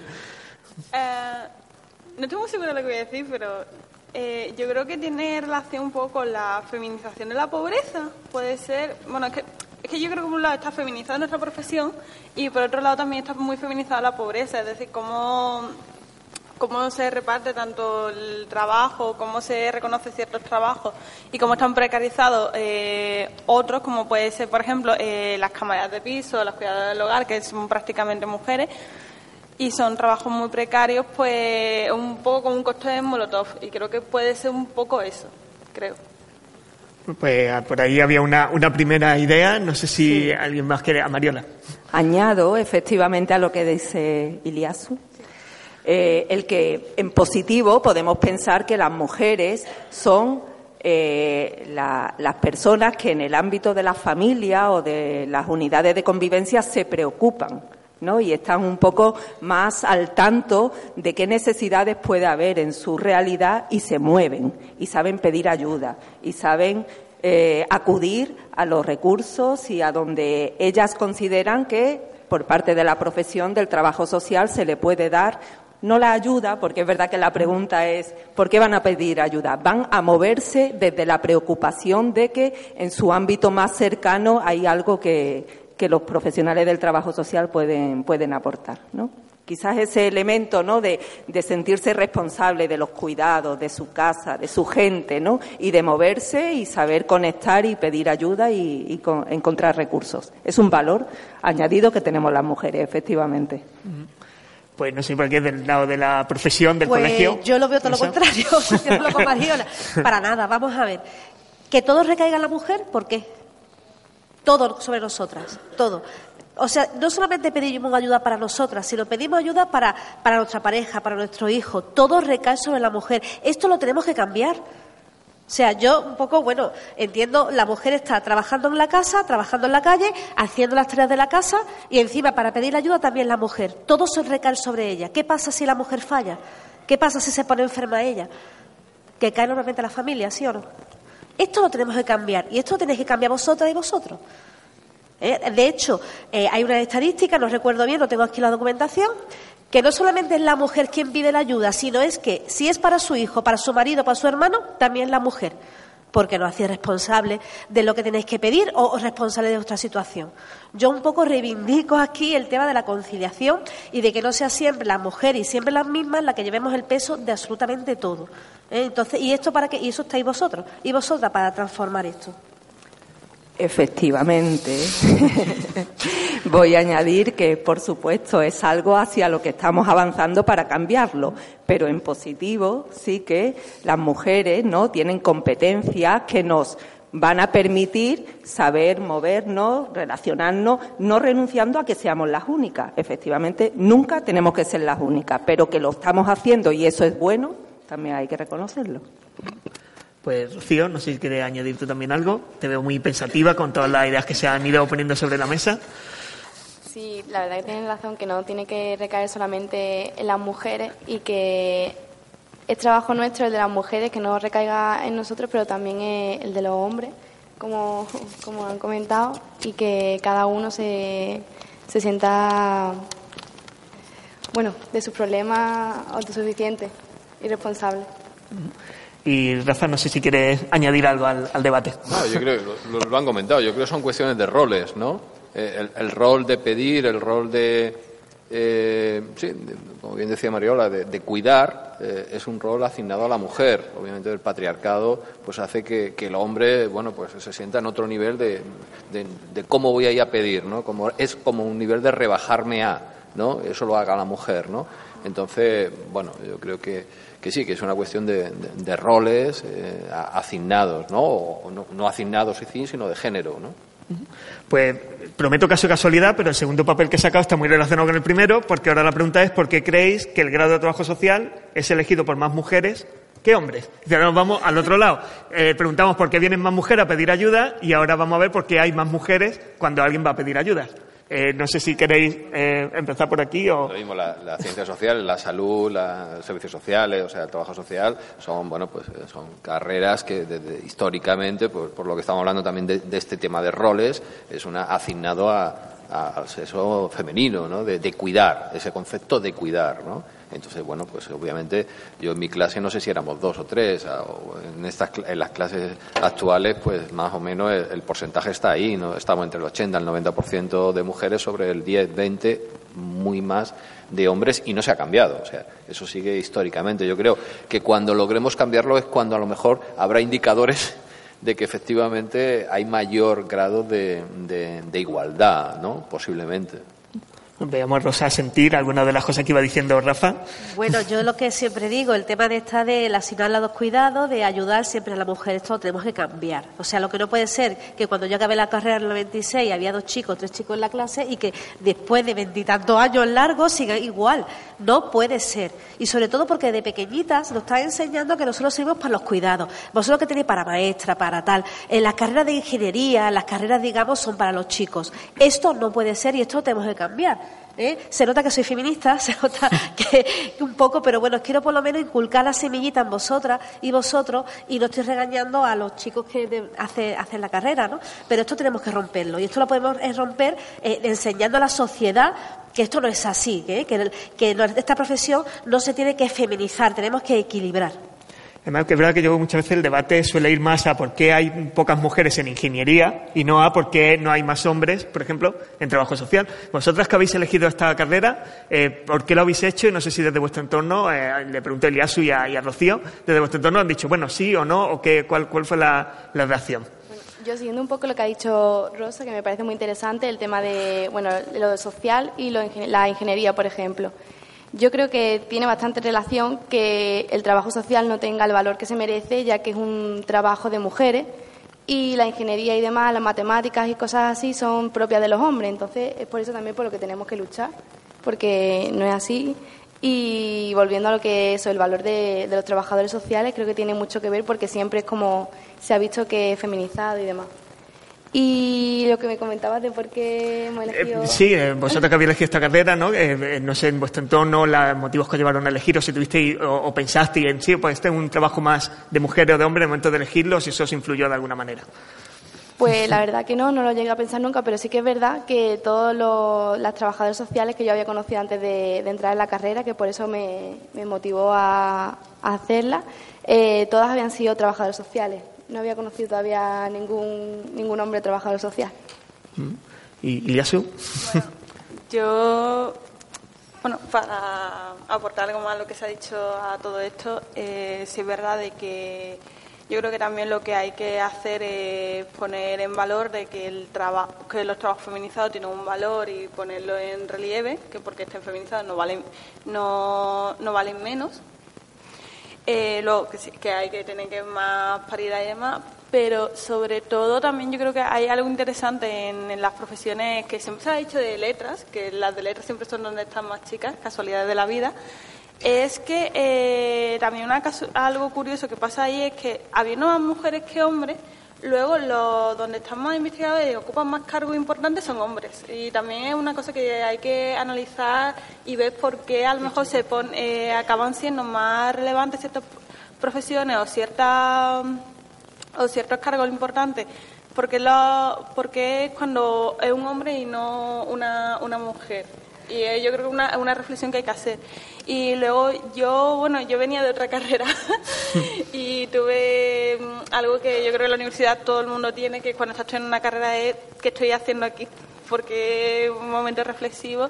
No estoy muy segura de lo que voy a decir, pero yo creo que tiene relación un poco con la feminización de la pobreza. Puede ser, bueno, es que yo creo que por un lado está feminizada nuestra profesión y por otro lado también está muy feminizada la pobreza, es decir, cómo se reparte tanto el trabajo, cómo se reconoce ciertos trabajos y cómo están precarizados otros, como puede ser, por ejemplo, las camareras de piso, las cuidadoras del hogar, que son prácticamente mujeres, y son trabajos muy precarios, pues un poco como un cóctel de Molotov, y creo que puede ser un poco eso, creo. Pues por ahí había una primera idea, no sé si alguien más quiere, a Mariola. Añado efectivamente a lo que dice Iliasu. El que en positivo podemos pensar que las mujeres son las personas que en el ámbito de la familia o de las unidades de convivencia se preocupan, ¿no? Y están un poco más al tanto de qué necesidades puede haber en su realidad y se mueven y saben pedir ayuda y saben acudir a los recursos y a donde ellas consideran que por parte de la profesión del trabajo social se le puede dar no la ayuda, porque es verdad que la pregunta es ¿por qué van a pedir ayuda? Van a moverse desde la preocupación de que en su ámbito más cercano hay algo que los profesionales del trabajo social pueden aportar, ¿no? Quizás ese elemento, ¿no?, de sentirse responsable de los cuidados, de su casa, de su gente, ¿no?, y de moverse y saber conectar y pedir ayuda y encontrar recursos. Es un valor añadido que tenemos las mujeres, efectivamente. Pues no sé por qué del lado de la profesión, del colegio. Yo lo veo todo lo contrario, yo hablo con Mariola. Para nada, vamos a ver. Que todo recaiga en la mujer, ¿por qué? Todo sobre nosotras, todo. O sea, no solamente pedimos ayuda para nosotras, sino pedimos ayuda para nuestra pareja, para nuestro hijo. Todo recae sobre la mujer. Esto lo tenemos que cambiar. O sea, yo un poco, bueno, entiendo, la mujer está trabajando en la casa, trabajando en la calle, haciendo las tareas de la casa y encima para pedir ayuda también la mujer. Todo se recae sobre ella. ¿Qué pasa si la mujer falla? ¿Qué pasa si se pone enferma ella? Que cae normalmente la familia, ¿sí o no? Esto lo tenemos que cambiar y esto lo tenéis que cambiar vosotras y vosotros. De hecho, hay una estadística, no recuerdo bien, no tengo aquí la documentación, que no solamente es la mujer quien pide la ayuda, sino es que si es para su hijo, para su marido, para su hermano, también la mujer, porque nos hacéis responsable de lo que tenéis que pedir o responsable de vuestra situación. Yo un poco reivindico aquí el tema de la conciliación y de que no sea siempre la mujer y siempre las mismas la que llevemos el peso de absolutamente todo. Entonces, ¿y esto para qué? Y eso estáis vosotros y vosotras para transformar esto. Efectivamente. Voy a añadir que, por supuesto, es algo hacia lo que estamos avanzando para cambiarlo, pero en positivo sí que las mujeres, ¿no?, tienen competencias que nos van a permitir saber movernos, relacionarnos, no renunciando a que seamos las únicas. Efectivamente, nunca tenemos que ser las únicas, pero que lo estamos haciendo y eso es bueno, también hay que reconocerlo. Pues, Rocío, no sé si quieres añadir tú también algo. Te veo muy pensativa con todas las ideas que se han ido poniendo sobre la mesa. Sí, la verdad que tienes razón, que no tiene que recaer solamente en las mujeres y que es trabajo nuestro, el de las mujeres, que no recaiga en nosotros, pero también el de los hombres, como han comentado, y que cada uno se sienta, bueno, de sus problemas autosuficiente y responsable. Y Rafa, no sé si quieres añadir algo al debate. No, yo creo que lo han comentado. Yo creo que son cuestiones de roles, ¿no? El rol de pedir, el rol de, como bien decía Mariola, de cuidar, es un rol asignado a la mujer. Obviamente el patriarcado pues hace que el hombre, bueno, pues se sienta en otro nivel de cómo voy a ir a pedir, ¿no? Es como un nivel de rebajarme a, ¿no? Eso lo haga la mujer, ¿no? Entonces, bueno, yo creo que sí, que es una cuestión de roles asignados, ¿no? O no asignados, sino de género, ¿no? Pues prometo caso casualidad, pero el segundo papel que he sacado está muy relacionado con el primero, porque ahora la pregunta es ¿por qué creéis que el grado de trabajo social es elegido por más mujeres que hombres? Y ahora nos vamos al otro lado. Preguntamos por qué vienen más mujeres a pedir ayuda y ahora vamos a ver por qué hay más mujeres cuando alguien va a pedir ayuda. No sé si queréis empezar por aquí o... Lo mismo, la ciencia social, la salud, los servicios sociales, o sea, el trabajo social, son, bueno, pues son carreras que históricamente, por lo que estamos hablando también de este tema de roles, es asignado al sexo femenino, ¿no? De cuidar, ese concepto de cuidar, ¿no? Entonces, bueno, pues obviamente yo en mi clase no sé si éramos 2 o 3, o en las clases actuales, pues más o menos el porcentaje está ahí, ¿no? Estamos entre el 80 y el 90% de mujeres sobre el 10, 20, muy más de hombres y no se ha cambiado, o sea, eso sigue históricamente. Yo creo que cuando logremos cambiarlo es cuando a lo mejor habrá indicadores de que efectivamente hay mayor grado de igualdad, ¿no? Posiblemente. Veamos, Rosa, sentir alguna de las cosas que iba diciendo Rafa. Bueno, yo lo que siempre digo, el tema de asignar a los cuidados, de ayudar siempre a la mujer, esto lo tenemos que cambiar. O sea, lo que no puede ser que cuando yo acabé la carrera en el 96 había 2 chicos, 3 chicos en la clase y que después de 20 y tantos años largos siga igual. No puede ser. Y sobre todo porque de pequeñitas nos están enseñando que nosotros servimos para los cuidados. Vosotros que tenéis para maestra, para tal. En las carreras de ingeniería, las carreras, digamos, son para los chicos. Esto no puede ser y esto lo tenemos que cambiar. Se nota que soy feminista, se nota que un poco, pero bueno, quiero por lo menos inculcar la semillita en vosotras y vosotros y no estoy regañando a los chicos que hacen la carrera, ¿no? Pero esto tenemos que romperlo y esto lo podemos romper enseñando a la sociedad que esto no es así, que esta profesión no se tiene que feminizar, tenemos que equilibrar. Además, que es verdad que yo muchas veces el debate suele ir más a por qué hay pocas mujeres en ingeniería y no a por qué no hay más hombres, por ejemplo, en trabajo social. Vosotras que habéis elegido esta carrera, ¿por qué lo habéis hecho? Y no sé si desde vuestro entorno, le pregunté a Eliasu y a Rocío, desde vuestro entorno han dicho, bueno, sí o no, o cuál fue la reacción. Yo siguiendo un poco lo que ha dicho Rosa, que me parece muy interesante, el tema de, bueno, lo social y la ingeniería, por ejemplo. Yo creo que tiene bastante relación que el trabajo social no tenga el valor que se merece, ya que es un trabajo de mujeres y la ingeniería y demás, las matemáticas y cosas así son propias de los hombres. Entonces es por eso también por lo que tenemos que luchar, porque no es así. Y volviendo a lo que es el valor de los trabajadores sociales, creo que tiene mucho que ver porque siempre es como se ha visto que es feminizado y demás. Y lo que me comentabas de por qué hemos elegido... Sí, vosotros que habéis elegido esta carrera, ¿no? No sé, en vuestro entorno, los motivos que os llevaron a elegir, o si tuvisteis o pensasteis en sí, pues este es un trabajo más de mujeres o de hombres en el momento de elegirlo, si eso os influyó de alguna manera. Pues la verdad que no lo llegué a pensar nunca, pero sí que es verdad que todos las trabajadoras sociales que yo había conocido antes de entrar en la carrera, que por eso me motivó a hacerla, todas habían sido trabajadoras sociales. No había conocido todavía ningún hombre trabajador social. ¿Y Yasu? Bueno, para aportar algo más a lo que se ha dicho a todo esto, sí es verdad de que yo creo que también lo que hay que hacer es poner en valor de que los trabajos feminizados tienen un valor y ponerlo en relieve, que porque estén feminizados no valen menos. Luego que hay que tener que más paridad y demás, pero sobre todo también yo creo que hay algo interesante en las profesiones que siempre se ha dicho de letras, que las de letras siempre son donde están más chicas, casualidades de la vida. Es que también algo curioso que pasa ahí es que habiendo más mujeres que hombres, luego donde están más investigadores y ocupan más cargos importantes son hombres. Y también es una cosa que hay que analizar y ver por qué a lo mejor acaban siendo más relevantes ciertas profesiones o ciertos cargos importantes. Porque es cuando es un hombre y no una mujer. Y yo creo que es una reflexión que hay que hacer. Y luego yo venía de otra carrera y tuve algo que yo creo que en la universidad todo el mundo tiene, que cuando estás en una carrera es ¿qué estoy haciendo aquí? Porque es un momento reflexivo.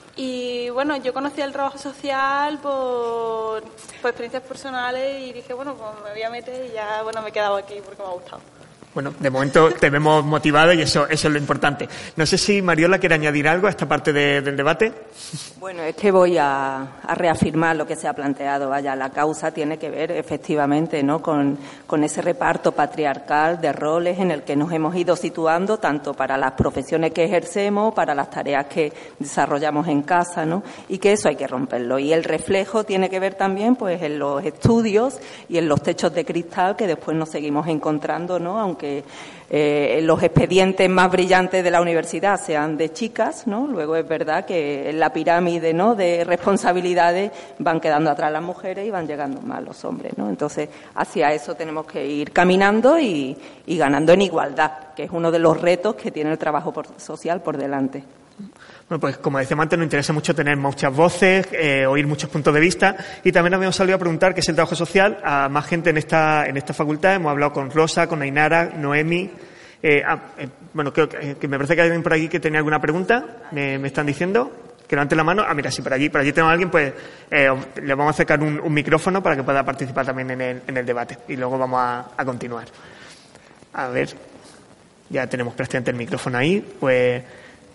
Y bueno, yo conocí el trabajo social por experiencias personales y dije, bueno, pues me voy a meter y ya, bueno, me he quedado aquí porque me ha gustado. Bueno, de momento te vemos motivado y eso es lo importante. No sé si Mariola quiere añadir algo a esta parte del debate. Bueno, es que voy a reafirmar lo que se ha planteado. Vaya, la causa tiene que ver efectivamente, ¿no?, con ese reparto patriarcal de roles en el que nos hemos ido situando, tanto para las profesiones que ejercemos, para las tareas que desarrollamos en casa, ¿no? Y que eso hay que romperlo. Y el reflejo tiene que ver también, pues, en los estudios y en los techos de cristal que después nos seguimos encontrando, ¿no? Aunque los expedientes más brillantes de la universidad sean de chicas, ¿no? Luego es verdad que en la pirámide, ¿no?, de responsabilidades van quedando atrás las mujeres y van llegando más los hombres, ¿no? Entonces, hacia eso tenemos que ir caminando y ganando en igualdad, que es uno de los retos que tiene el trabajo social por delante. Bueno, pues como decíamos antes, nos interesa mucho tener muchas voces, oír muchos puntos de vista, y también habíamos salido a preguntar qué es el trabajo social a más gente en esta facultad. Hemos hablado con Rosa, con Ainara, Noemi. Bueno, creo que me parece que hay alguien por aquí que tenía alguna pregunta. Me están diciendo que levante la mano. Mira, si por allí tenemos a alguien, pues le vamos a acercar un micrófono para que pueda participar también en el debate, y luego vamos a continuar. A ver, ya tenemos prácticamente el micrófono ahí. Pues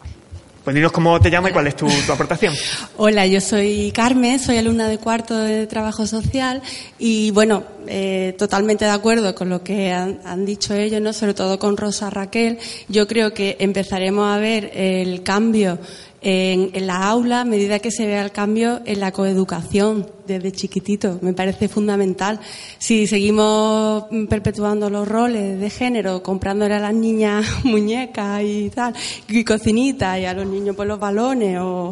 dinos cómo te llamas y cuál es tu aportación. Hola, yo soy Carmen, soy alumna de cuarto de Trabajo Social y, bueno, totalmente de acuerdo con lo que han dicho ellos, ¿no? Sobre todo con Rosa, Raquel. Yo creo que empezaremos a ver el cambio en la aula a medida que se vea el cambio en la coeducación desde chiquitito. Me parece fundamental. Si seguimos perpetuando los roles de género, comprándole a las niñas muñecas y tal, y cocinitas, y a los niños pues los balones,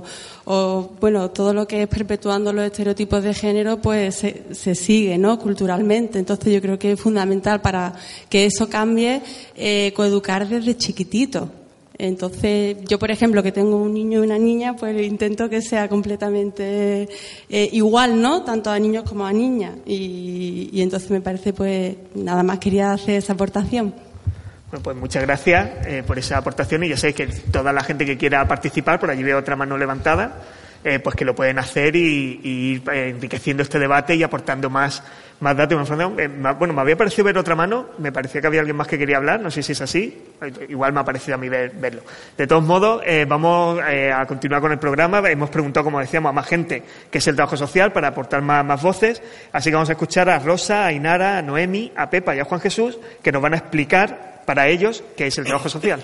o bueno, todo lo que es perpetuando los estereotipos de género, pues se sigue, ¿no?, culturalmente. Entonces yo creo que es fundamental para que eso cambie, coeducar desde chiquitito. Entonces, yo, por ejemplo, que tengo un niño y una niña, pues intento que sea completamente igual, ¿no?, tanto a niños como a niñas. Y entonces me parece, pues, nada más quería hacer esa aportación. Bueno, pues muchas gracias por esa aportación, y ya sabéis que toda la gente que quiera participar, por allí veo otra mano levantada, pues que lo pueden hacer y ir enriqueciendo este debate y aportando más datos. Bueno, me había parecido ver otra mano, me parecía que había alguien más que quería hablar, no sé si es así, igual me ha parecido a mí verlo. De todos modos, vamos a continuar con el programa. Hemos preguntado, como decíamos, a más gente qué es el trabajo social para aportar más voces, así que vamos a escuchar a Rosa, a Ainara, a Noemi, a Pepa y a Juan Jesús, que nos van a explicar para ellos qué es el trabajo social.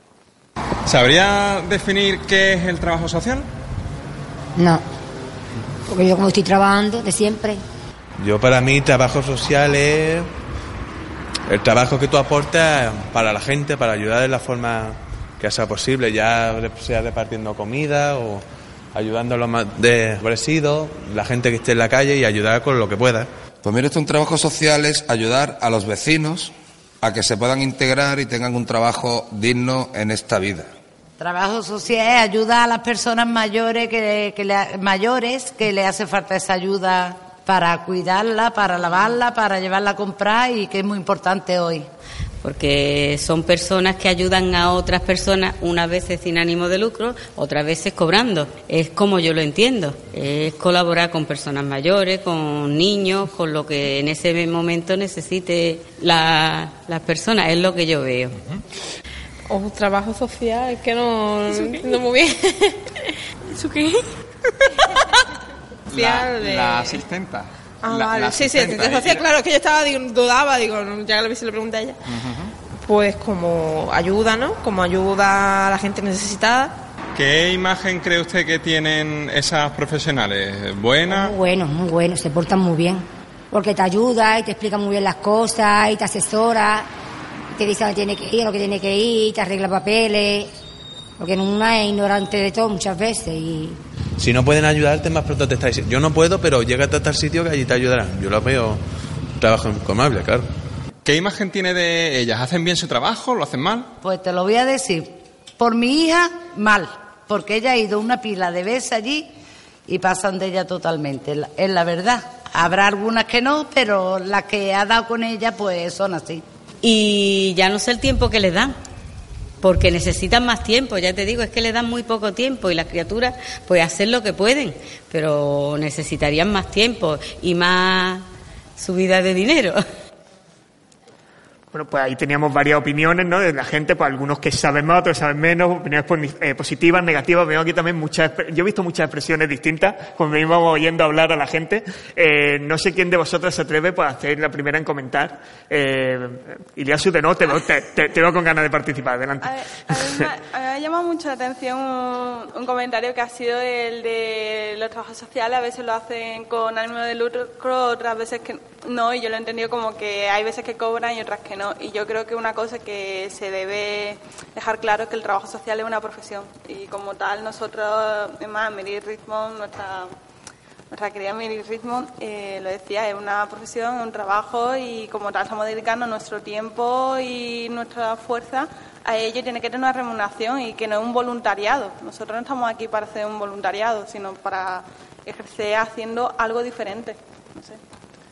¿Sabría definir qué es el trabajo social? No, porque yo como estoy trabajando de siempre. Yo, para mí, trabajo social es el trabajo que tú aportas para la gente, para ayudar de la forma que sea posible, ya sea repartiendo comida o ayudando a los más desfavorecidos, la gente que esté en la calle, y ayudar con lo que pueda. Pues mira, un trabajo social es ayudar a los vecinos a que se puedan integrar y tengan un trabajo digno en esta vida. Trabajo social es ayuda a las personas mayores que le hace falta esa ayuda para cuidarla, para lavarla, para llevarla a comprar, y que es muy importante hoy. porque son personas que ayudan a otras personas, unas veces sin ánimo de lucro, otras veces cobrando. Es como yo lo entiendo, es colaborar con personas mayores, con niños, con lo que en ese momento necesite las personas, es lo que yo veo. O trabajo social, es que no muy bien. ¿Eso qué? La asistenta. Vale. Sí, asistente social, claro, es que yo dudaba, ya que se lo pregunté a ella. Pues como ayuda, ¿no? Como ayuda a la gente necesitada. ¿Qué imagen cree usted que tienen esas profesionales? ¿Buena? Muy bueno, se portan muy bien. Porque te ayuda y te explica muy bien las cosas y te asesora, te dice dónde tiene que ir, lo que tiene que ir, te arregla papeles. Porque una es ignorante de todo muchas veces y... Si no pueden ayudarte, más pronto te está diciendo, yo no puedo, pero llégate a tal sitio que allí te ayudarán. Yo lo veo un trabajo encomiable, claro. ¿Qué imagen tiene de ellas? ¿Hacen bien su trabajo? ¿Lo hacen mal? Pues te lo voy a decir. Por mi hija, mal. Porque ella ha ido una pila de veces allí y pasan de ella totalmente. Es la verdad. Habrá algunas que no, pero las que ha dado con ella, pues son así. Y ya no sé el tiempo que les dan, porque necesitan más tiempo, ya te digo, es que le dan muy poco tiempo y las criaturas pues hacen lo que pueden, pero necesitarían más tiempo y más subida de dinero. Bueno, pues ahí teníamos varias opiniones, ¿no? De la gente, pues algunos que saben más, otros que saben menos, opiniones positivas, negativas. Veo aquí también yo he visto muchas expresiones distintas cuando íbamos oyendo hablar a la gente. No sé quién de vosotros se atreve pues, a hacer la primera en comentar. Iliasu, te veo con ganas de participar. Adelante. A mí me ha llamado mucho la atención un comentario que ha sido el de los trabajos sociales. A veces lo hacen con ánimo de lucro, otras veces que no, y yo lo he entendido como que hay veces que cobran y otras que no. Y yo creo que una cosa que se debe dejar claro es que el trabajo social es una profesión y como tal nosotros, además Meryl Richmond, nuestra querida Meryl Richmond, lo decía, es una profesión, es un trabajo y como tal estamos dedicando nuestro tiempo y nuestra fuerza a ello y tiene que tener una remuneración y que no es un voluntariado. Nosotros no estamos aquí para hacer un voluntariado, sino para ejercer haciendo algo diferente. No sé.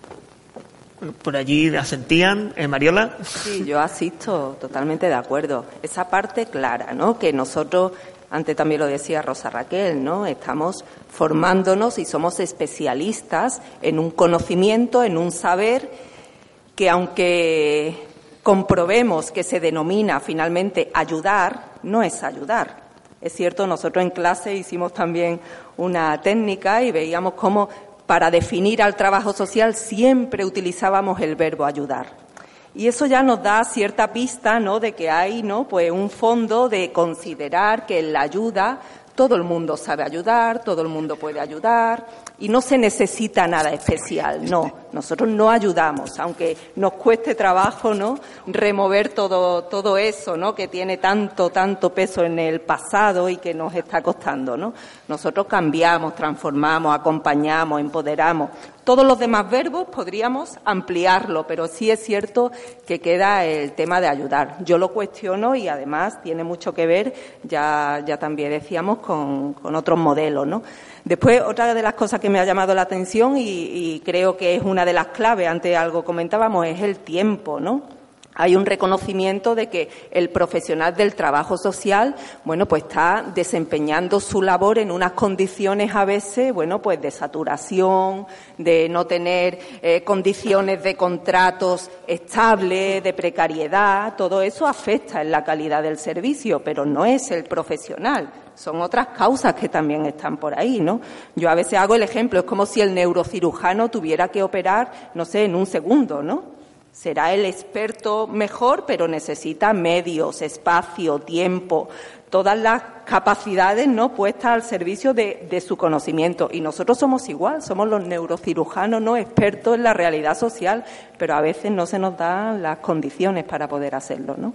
Por allí asentían, Mariola. Sí, yo asisto, totalmente de acuerdo. Esa parte clara, ¿no? Que nosotros, antes también lo decía Rosa Raquel, ¿no? Estamos formándonos y somos especialistas en un conocimiento, en un saber que aunque comprobemos que se denomina finalmente ayudar, no es ayudar. Es cierto, nosotros en clase hicimos también una técnica y veíamos cómo para definir al trabajo social siempre utilizábamos el verbo ayudar. Y eso ya nos da cierta pista, ¿no?, de que hay, ¿no?, pues un fondo de considerar que en la ayuda todo el mundo sabe ayudar, todo el mundo puede ayudar y no se necesita nada especial. No, nosotros no ayudamos, aunque nos cueste trabajo, ¿no?, remover todo eso, ¿no?, que tiene tanto peso en el pasado y que nos está costando, ¿no? Nosotros cambiamos, transformamos, acompañamos, empoderamos. Todos los demás verbos podríamos ampliarlo, pero sí es cierto que queda el tema de ayudar. Yo lo cuestiono y además tiene mucho que ver, ya también decíamos, con otros modelos, ¿no? Después, otra de las cosas que me ha llamado la atención y creo que es una de las claves, antes algo comentábamos, es el tiempo, ¿no? Hay un reconocimiento de que el profesional del trabajo social, bueno, pues está desempeñando su labor en unas condiciones a veces, bueno, pues de saturación, de no tener condiciones de contratos estables, de precariedad. Todo eso afecta en la calidad del servicio, pero no es el profesional. Son otras causas que también están por ahí, ¿no? Yo a veces hago el ejemplo, es como si el neurocirujano tuviera que operar, no sé, en un segundo, ¿no? Será el experto mejor, pero necesita medios, espacio, tiempo, todas las capacidades, ¿no?, puestas al servicio de su conocimiento. Y nosotros somos igual, somos los neurocirujanos, ¿no?, expertos en la realidad social, pero a veces no se nos dan las condiciones para poder hacerlo, ¿no?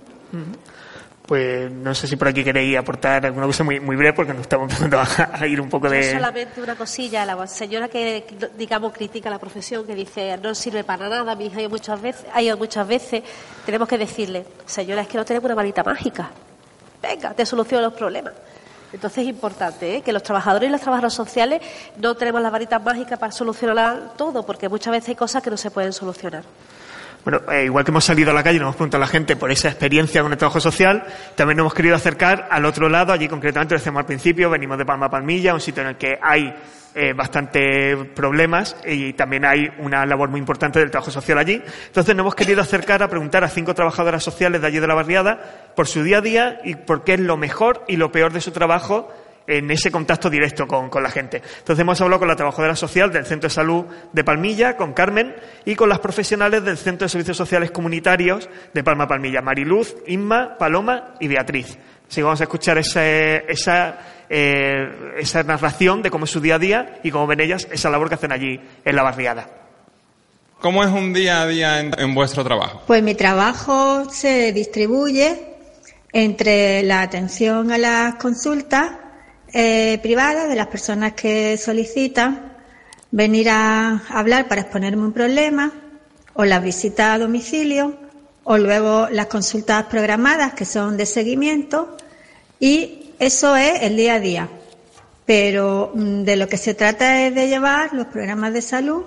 Pues no sé si por aquí queréis aportar alguna cosa muy breve, porque nos estamos empezando a ir un poco de... Yo solamente una cosilla, la señora que, digamos, critica la profesión, que dice no sirve para nada, mi hija ha ido muchas veces, tenemos que decirle, señora, es que no tenemos una varita mágica, venga, te soluciono los problemas. Entonces es importante, que los trabajadores y las trabajadoras sociales no tenemos las varitas mágicas para solucionar todo, porque muchas veces hay cosas que no se pueden solucionar. Bueno, igual que hemos salido a la calle y nos hemos preguntado a la gente por esa experiencia con el trabajo social, también nos hemos querido acercar al otro lado. Allí concretamente, lo decíamos al principio, venimos de Palma Palmilla, un sitio en el que hay bastante problemas y también hay una labor muy importante del trabajo social allí. Entonces nos hemos querido acercar a preguntar a 5 trabajadoras sociales de allí de la barriada por su día a día y por qué es lo mejor y lo peor de su trabajo en ese contacto directo con la gente. Entonces hemos hablado con la trabajadora social del Centro de Salud de Palmilla, con Carmen, y con las profesionales del Centro de Servicios Sociales Comunitarios de Palma Palmilla, Mariluz, Inma, Paloma y Beatriz. Así que vamos a escuchar esa narración de cómo es su día a día y cómo ven ellas esa labor que hacen allí en la barriada. ¿Cómo es un día a día en vuestro trabajo? Pues mi trabajo se distribuye entre la atención a las consultas privadas de las personas que solicitan venir a hablar para exponerme un problema, o las visitas a domicilio, o luego las consultas programadas que son de seguimiento, y eso es el día a día. Pero de lo que se trata es de llevar los programas de salud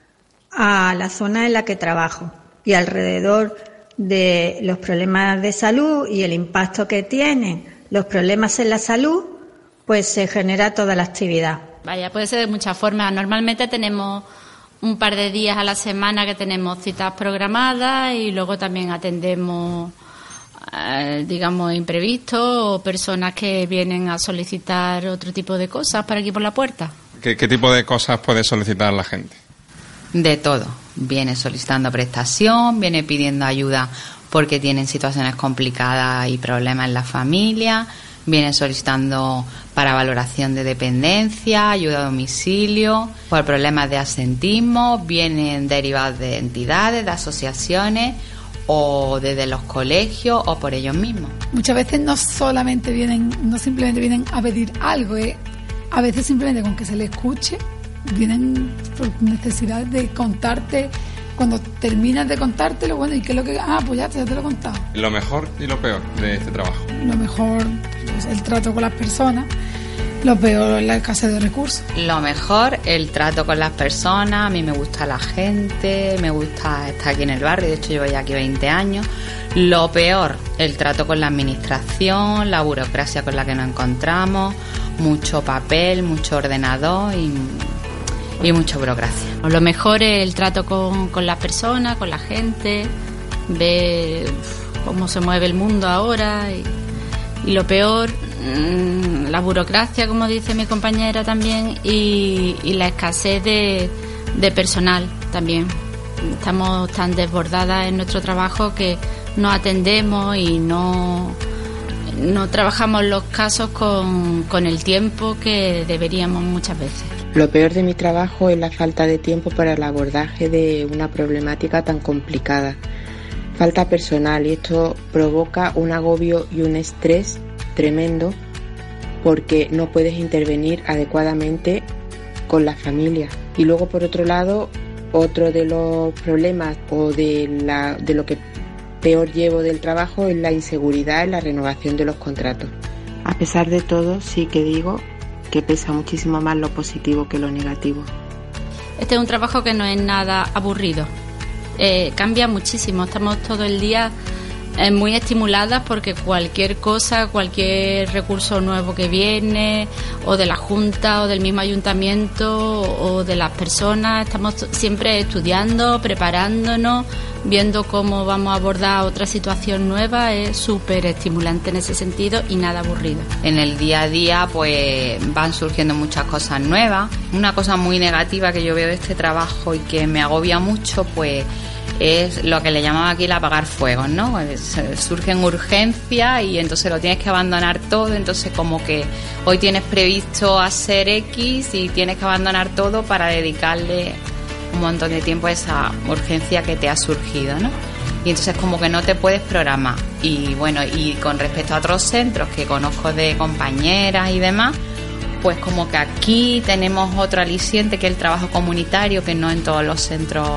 a la zona en la que trabajo, y alrededor de los problemas de salud y el impacto que tienen los problemas en la salud, pues se genera toda la actividad. Vaya, puede ser de muchas formas. Normalmente tenemos un par de días a la semana que tenemos citas programadas y luego también atendemos, digamos, imprevistos o personas que vienen a solicitar otro tipo de cosas por aquí por la puerta. ¿Qué tipo de cosas puede solicitar la gente? De todo. Viene solicitando prestación, viene pidiendo ayuda porque tienen situaciones complicadas y problemas en la familia, vienen solicitando para valoración de dependencia, ayuda a domicilio, por problemas de absentismo, vienen derivados de entidades, de asociaciones o desde los colegios o por ellos mismos. Muchas veces no simplemente vienen a pedir algo, a veces simplemente con que se les escuche, vienen por necesidad de contarte. Cuando terminas de contártelo, bueno, ¿y qué es lo que...? Pues ya te lo he contado. Lo mejor y lo peor de este trabajo. Lo mejor es el trato con las personas, lo peor es la escasez de recursos. Lo mejor, el trato con las personas. A mí me gusta la gente, me gusta estar aquí en el barrio, de hecho llevo ya aquí 20 años. Lo peor, el trato con la administración, la burocracia con la que nos encontramos, mucho papel, mucho ordenador y mucha burocracia. Lo mejor es el trato con las personas, con la gente, ver cómo se mueve el mundo ahora y lo peor, la burocracia, como dice mi compañera también, y la escasez de personal también. Estamos tan desbordadas en nuestro trabajo que no atendemos y no trabajamos los casos con el tiempo que deberíamos muchas veces. Lo peor de mi trabajo es la falta de tiempo para el abordaje de una problemática tan complicada. Falta personal y esto provoca un agobio y un estrés tremendo porque no puedes intervenir adecuadamente con la familia. Y luego, por otro lado, otro de los problemas o de lo que peor llevo del trabajo es la inseguridad en la renovación de los contratos. A pesar de todo, sí que digo que pesa muchísimo más lo positivo que lo negativo. Este es un trabajo que no es nada aburrido. Cambia muchísimo. Estamos todo el día muy estimuladas porque cualquier cosa, cualquier recurso nuevo que viene, o de la Junta, o del mismo ayuntamiento, o de las personas, estamos siempre estudiando, preparándonos, viendo cómo vamos a abordar otra situación nueva. Es súper estimulante en ese sentido y nada aburrido. En el día a día pues van surgiendo muchas cosas nuevas. Una cosa muy negativa que yo veo de este trabajo y que me agobia mucho pues es lo que le llamamos aquí el apagar fuegos, ¿no? Surgen urgencias y entonces lo tienes que abandonar todo, entonces como que hoy tienes previsto hacer X y tienes que abandonar todo para dedicarle un montón de tiempo a esa urgencia que te ha surgido, ¿no? Y entonces como que no te puedes programar. Y bueno, y con respecto a otros centros que conozco de compañeras y demás, pues como que aquí tenemos otro aliciente que es el trabajo comunitario, que no en todos los centros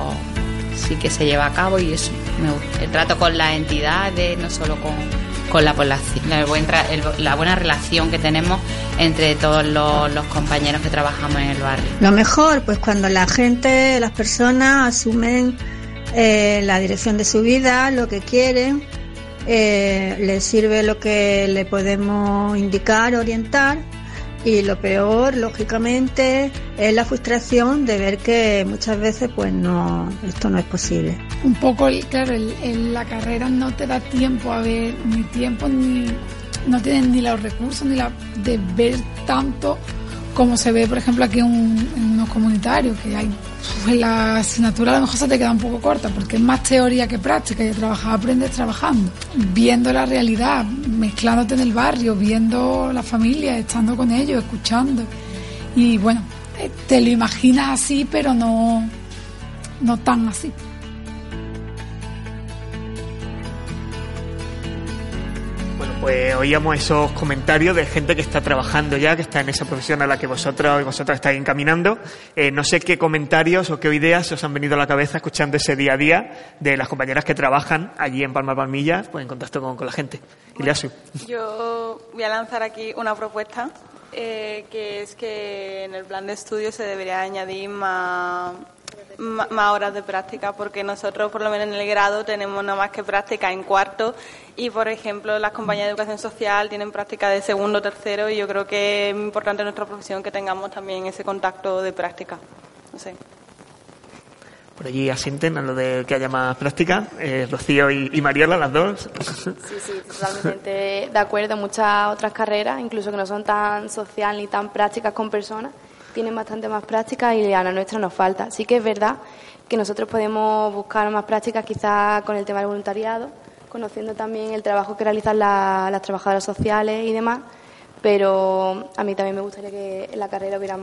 sí que se lleva a cabo, y eso me gusta. El trato con las entidades, no solo con la población, la buena relación que tenemos entre todos los compañeros que trabajamos en el barrio. Lo mejor, pues cuando la gente, las personas asumen la dirección de su vida, lo que quieren, les sirve lo que le podemos indicar, orientar, y lo peor, lógicamente, es la frustración de ver que muchas veces pues no, esto no es posible. Un poco, claro, en la carrera no te da tiempo a ver, ni tiempo, ni no tienes ni los recursos ni de ver tanto como se ve, por ejemplo, aquí en unos comunitarios, que hay, pues la asignatura a lo mejor se te queda un poco corta, porque es más teoría que práctica, y aprendes trabajando, viendo la realidad, mezclándote en el barrio, viendo la familia, estando con ellos, escuchando, y bueno, te lo imaginas así, pero no tan así. Pues oíamos esos comentarios de gente que está trabajando ya, que está en esa profesión a la que vosotros y vosotras estáis encaminando. No sé qué comentarios o qué ideas os han venido a la cabeza escuchando ese día a día de las compañeras que trabajan allí en Palma Palmilla, pues en contacto con la gente. Iliasu. Yo voy a lanzar aquí una propuesta, que es que en el plan de estudio se debería añadir más horas de práctica, porque nosotros, por lo menos en el grado, tenemos nada más que práctica en cuarto, y por ejemplo las compañías de educación social tienen práctica de segundo o tercero, y yo creo que es importante en nuestra profesión que tengamos también ese contacto de práctica. No sé. Por allí asienten a lo de que haya más práctica, Rocío y Mariola, las dos. Sí, totalmente de acuerdo. Muchas otras carreras, incluso que no son tan social ni tan prácticas con personas, tienen bastante más práctica, y a la nuestra nos falta. Sí que es verdad que nosotros podemos buscar más prácticas quizás con el tema del voluntariado, conociendo también el trabajo que realizan las trabajadoras sociales y demás, pero a mí también me gustaría que en la carrera hubiera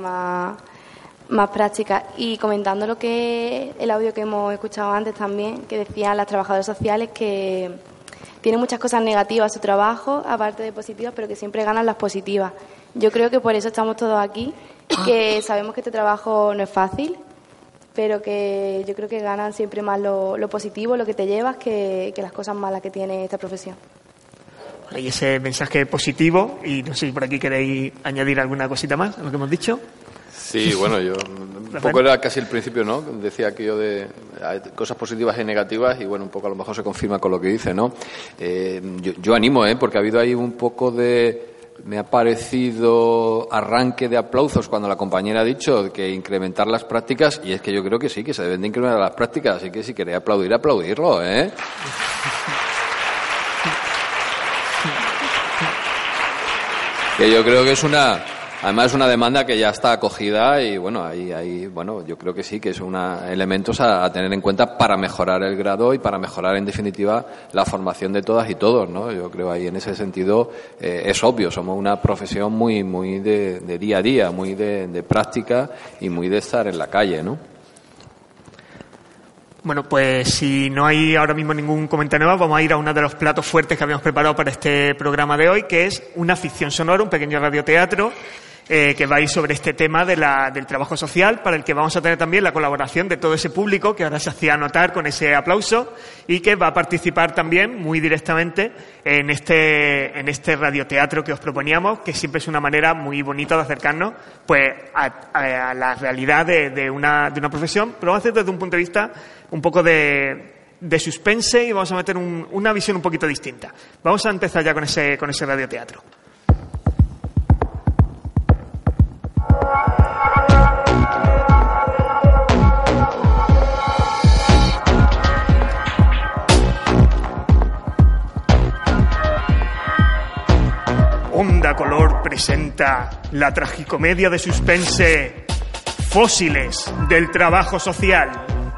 más prácticas. Y comentando lo que el audio que hemos escuchado antes también, que decían las trabajadoras sociales que tienen muchas cosas negativas a su trabajo, aparte de positivas, pero que siempre ganan las positivas. Yo creo que por eso estamos todos aquí, que sabemos que este trabajo no es fácil, pero que yo creo que ganan siempre más lo positivo, lo que te llevas, que las cosas malas que tiene esta profesión. Hay ese mensaje positivo, y no sé si por aquí queréis añadir alguna cosita más a lo que hemos dicho. Sí, bueno, yo un poco era casi el principio, ¿no? Decía aquello de cosas positivas y negativas, y bueno, un poco a lo mejor se confirma con lo que dice, ¿no? Yo animo, porque ha habido ahí un poco de... Me ha parecido arranque de aplausos cuando la compañera ha dicho que incrementar las prácticas, y es que yo creo que sí, que se deben de incrementar las prácticas, así que si queréis aplaudir, aplaudirlo, Que yo creo que es además es una demanda que ya está acogida, y bueno, ahí bueno, yo creo que sí, que es elementos a tener en cuenta para mejorar el grado y para mejorar en definitiva la formación de todas y todos, ¿no? Yo creo ahí en ese sentido es obvio, somos una profesión muy de día a día, muy de práctica y muy de estar en la calle, ¿no? Bueno, pues si no hay ahora mismo ningún comentario nuevo, vamos a ir a uno de los platos fuertes que habíamos preparado para este programa de hoy, que es una ficción sonora, un pequeño radioteatro que va a ir sobre este tema del trabajo social, para el que vamos a tener también la colaboración de todo ese público que ahora se hacía notar con ese aplauso, y que va a participar también muy directamente en este radioteatro que os proponíamos, que siempre es una manera muy bonita de acercarnos pues a la realidad de una profesión, pero vamos a hacer desde un punto de vista un poco de suspense, y vamos a meter una visión un poquito distinta. Vamos a empezar ya con ese radioteatro. Onda Color presenta la tragicomedia de suspense Fósiles del trabajo social.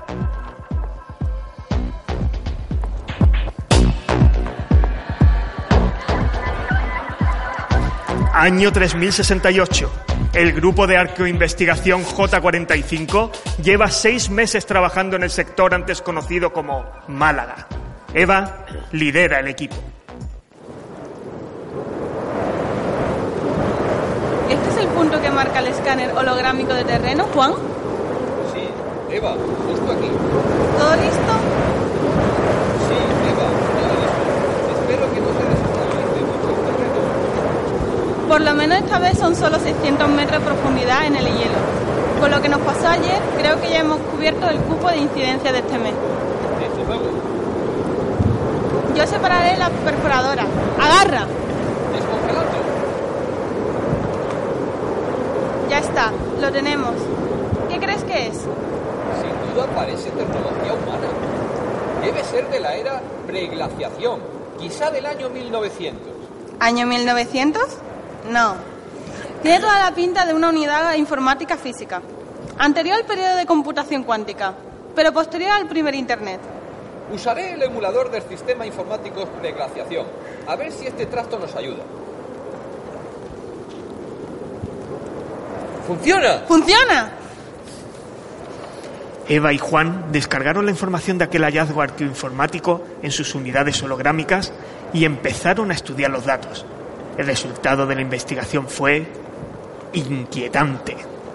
Año 3068. El grupo de arqueoinvestigación J45 lleva 6 meses trabajando en el sector antes conocido como Málaga. Eva lidera el equipo. ¿Este es el punto que marca el escáner holográmico de terreno, Juan? Sí, Eva, justo aquí. ¿Todo listo? Sí, Eva, todo listo. Espero que no se desconecte mucho el terreno. Por lo menos esta vez son solo 600 metros de profundidad en el hielo. Con lo que nos pasó ayer, creo que ya hemos cubierto el cupo de incidencia de este mes. fuego. Yo separaré la perforadora. ¡Agarra! Descongelando. Ya está, lo tenemos. ¿Qué crees que es? Sin duda parece tecnología humana. Debe ser de la era preglaciación, quizá del año 1900. ¿Año 1900? No. Tiene toda la pinta de una unidad informática física, anterior al periodo de computación cuántica, pero posterior al primer Internet. Usaré el emulador del sistema informático preglaciación, a ver si este trasto nos ayuda. ¡Funciona! ¡Funciona! Eva y Juan descargaron la información de aquel hallazgo arqueoinformático en sus unidades holográmicas y empezaron a estudiar los datos. El resultado de la investigación fue inquietante.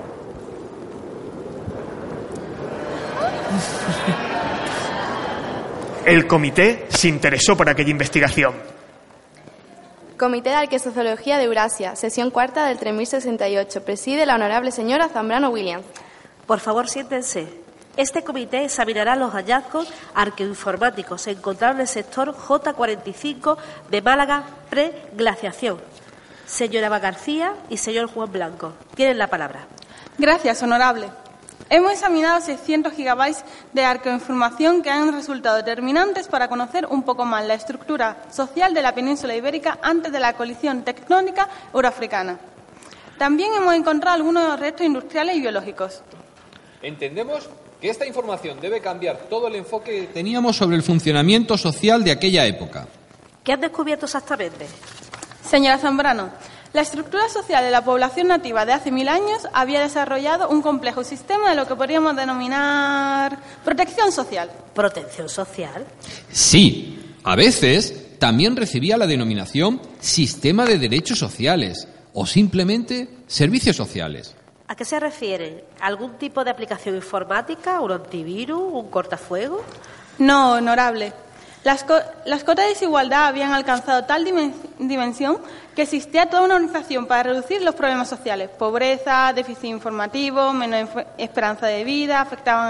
El comité se interesó por aquella investigación. Comité de Arqueosociología de Eurasia, sesión cuarta del 3068. Preside la honorable señora Zambrano Williams. Por favor, siéntense. Este comité examinará los hallazgos arqueoinformáticos encontrados en el sector J45 de Málaga pre-glaciación. Señora Eva García y señor Juan Blanco, tienen la palabra. Gracias, honorable. Hemos examinado 600 gigabytes de arqueoinformación que han resultado determinantes para conocer un poco más la estructura social de la península ibérica antes de la colisión tectónica euroafricana. También hemos encontrado algunos restos industriales y biológicos. Entendemos que esta información debe cambiar todo el enfoque que teníamos sobre el funcionamiento social de aquella época. ¿Qué han descubierto exactamente? Señora Zambrano, la estructura social de la población nativa de hace 1000 años había desarrollado un complejo sistema de lo que podríamos denominar protección social. ¿Protección social? Sí, a veces también recibía la denominación sistema de derechos sociales o simplemente servicios sociales. ¿A qué se refiere? ¿Algún tipo de aplicación informática, un antivirus, un cortafuegos? No, honorable. Las cotas de desigualdad habían alcanzado tal dimensión que existía toda una organización para reducir los problemas sociales. Pobreza, déficit informativo, menos esperanza de vida, afectaban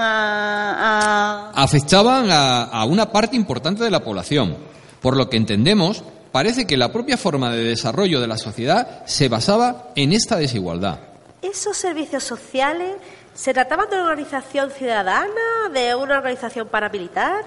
a una parte importante de la población. Por lo que entendemos, parece que la propia forma de desarrollo de la sociedad se basaba en esta desigualdad. ¿Esos servicios sociales se trataban de una organización ciudadana, de una organización paramilitar?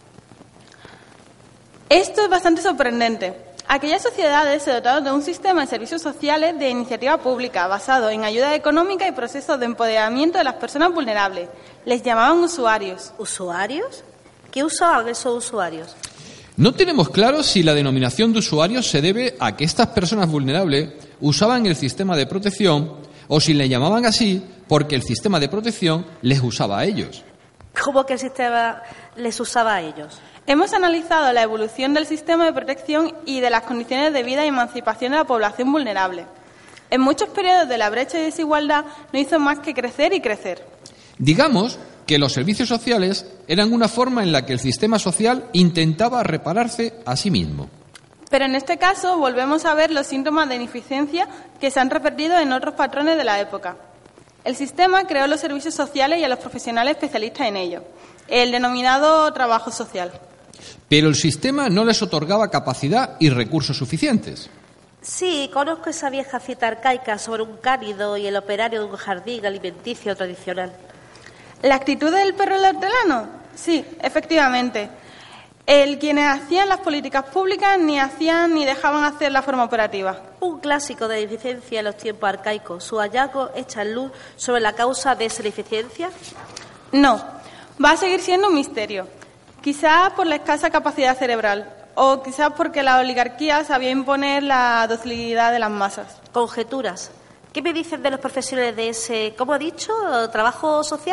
Esto es bastante sorprendente. Aquellas sociedades se dotaron de un sistema de servicios sociales de iniciativa pública basado en ayuda económica y procesos de empoderamiento de las personas vulnerables. Les llamaban usuarios. ¿Usuarios? ¿Qué usaban esos usuarios? No tenemos claro si la denominación de usuarios se debe a que estas personas vulnerables usaban el sistema de protección o si le llamaban así porque el sistema de protección les usaba a ellos. ¿Cómo que el sistema les usaba a ellos? Hemos analizado la evolución del sistema de protección y de las condiciones de vida y emancipación de la población vulnerable. En muchos periodos de la brecha de desigualdad no hizo más que crecer y crecer. Digamos que los servicios sociales eran una forma en la que el sistema social intentaba repararse a sí mismo. Pero en este caso volvemos a ver los síntomas de ineficiencia que se han repetido en otros patrones de la época. El sistema creó los servicios sociales y a los profesionales especialistas en ello, el denominado trabajo social. Pero el sistema no les otorgaba capacidad y recursos suficientes. Sí, conozco esa vieja cita arcaica sobre un cánido y el operario de un jardín alimenticio tradicional. ¿La actitud del perro del hortelano? Sí, efectivamente. Quienes hacían las políticas públicas ni hacían ni dejaban hacer la forma operativa. Un clásico de ineficiencia en los tiempos arcaicos. ¿Su hallazgo echa luz sobre la causa de esa ineficiencia? No, va a seguir siendo un misterio. Quizás por la escasa capacidad cerebral o quizás porque la oligarquía sabía imponer la docilidad de las masas. Conjeturas. ¿Qué me dicen de los profesionales de ese, ¿cómo ha dicho, trabajo social?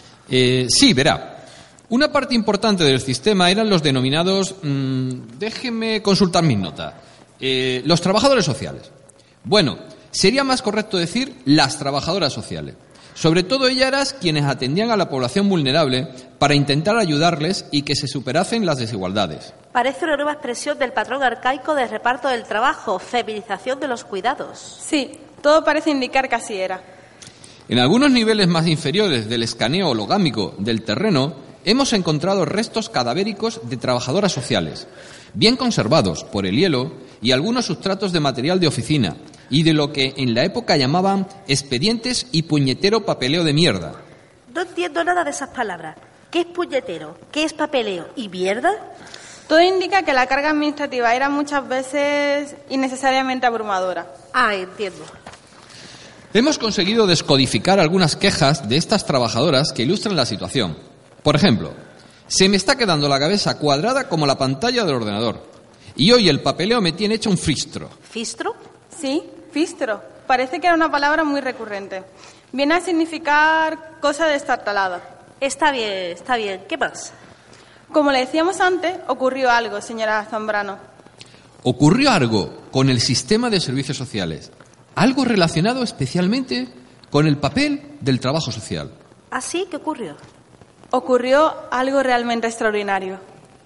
Sí, verá. Una parte importante del sistema eran los denominados, déjenme consultar mis notas, los trabajadores sociales. Bueno, sería más correcto decir las trabajadoras sociales. Sobre todo ellas eran quienes atendían a la población vulnerable para intentar ayudarles y que se superasen las desigualdades. Parece una nueva expresión del patrón arcaico de reparto del trabajo, feminización de los cuidados. Sí, todo parece indicar que así era. En algunos niveles más inferiores del escaneo hologámico del terreno, hemos encontrado restos cadavéricos de trabajadoras sociales, bien conservados por el hielo y algunos sustratos de material de oficina y de lo que en la época llamaban expedientes y puñetero papeleo de mierda. No entiendo nada de esas palabras. ¿Qué es puñetero? ¿Qué es papeleo? ¿Y mierda? Todo indica que la carga administrativa era muchas veces innecesariamente abrumadora. Ah, entiendo. Hemos conseguido descodificar algunas quejas de estas trabajadoras que ilustran la situación. Por ejemplo, se me está quedando la cabeza cuadrada como la pantalla del ordenador. Y hoy el papeleo me tiene hecho un fistro. ¿Fistro? Sí, fistro. Parece que era una palabra muy recurrente. Viene a significar cosa destartalada. Está bien. ¿Qué más? Como le decíamos antes, ocurrió algo, señora Zambrano. Ocurrió algo con el sistema de servicios sociales. Algo relacionado especialmente con el papel del trabajo social. ¿Ah, sí? ¿Qué ocurrió? Ocurrió algo realmente extraordinario.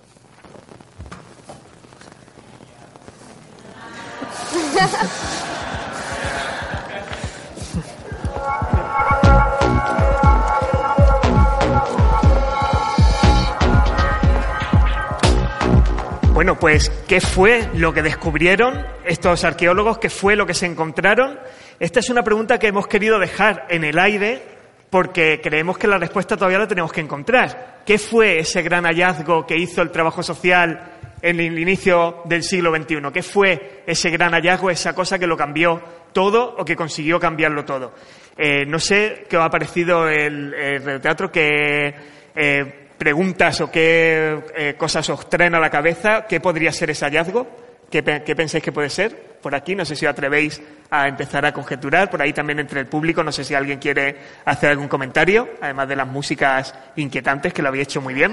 Bueno, pues, ¿qué fue lo que descubrieron estos arqueólogos? ¿Qué fue lo que se encontraron? Esta es una pregunta que hemos querido dejar en el aire porque creemos que la respuesta todavía la tenemos que encontrar. ¿Qué fue ese gran hallazgo que hizo el trabajo social en el inicio del siglo XXI? ¿Qué fue ese gran hallazgo, esa cosa que lo cambió todo o que consiguió cambiarlo todo? No sé qué os ha parecido el radioteatro, qué preguntas o qué cosas os traen a la cabeza. ¿Qué podría ser ese hallazgo? ¿Qué pensáis que puede ser? Por aquí, no sé si os atrevéis a empezar a conjeturar. Por ahí también entre el público, no sé si alguien quiere hacer algún comentario, además de las músicas inquietantes, que lo habéis hecho muy bien.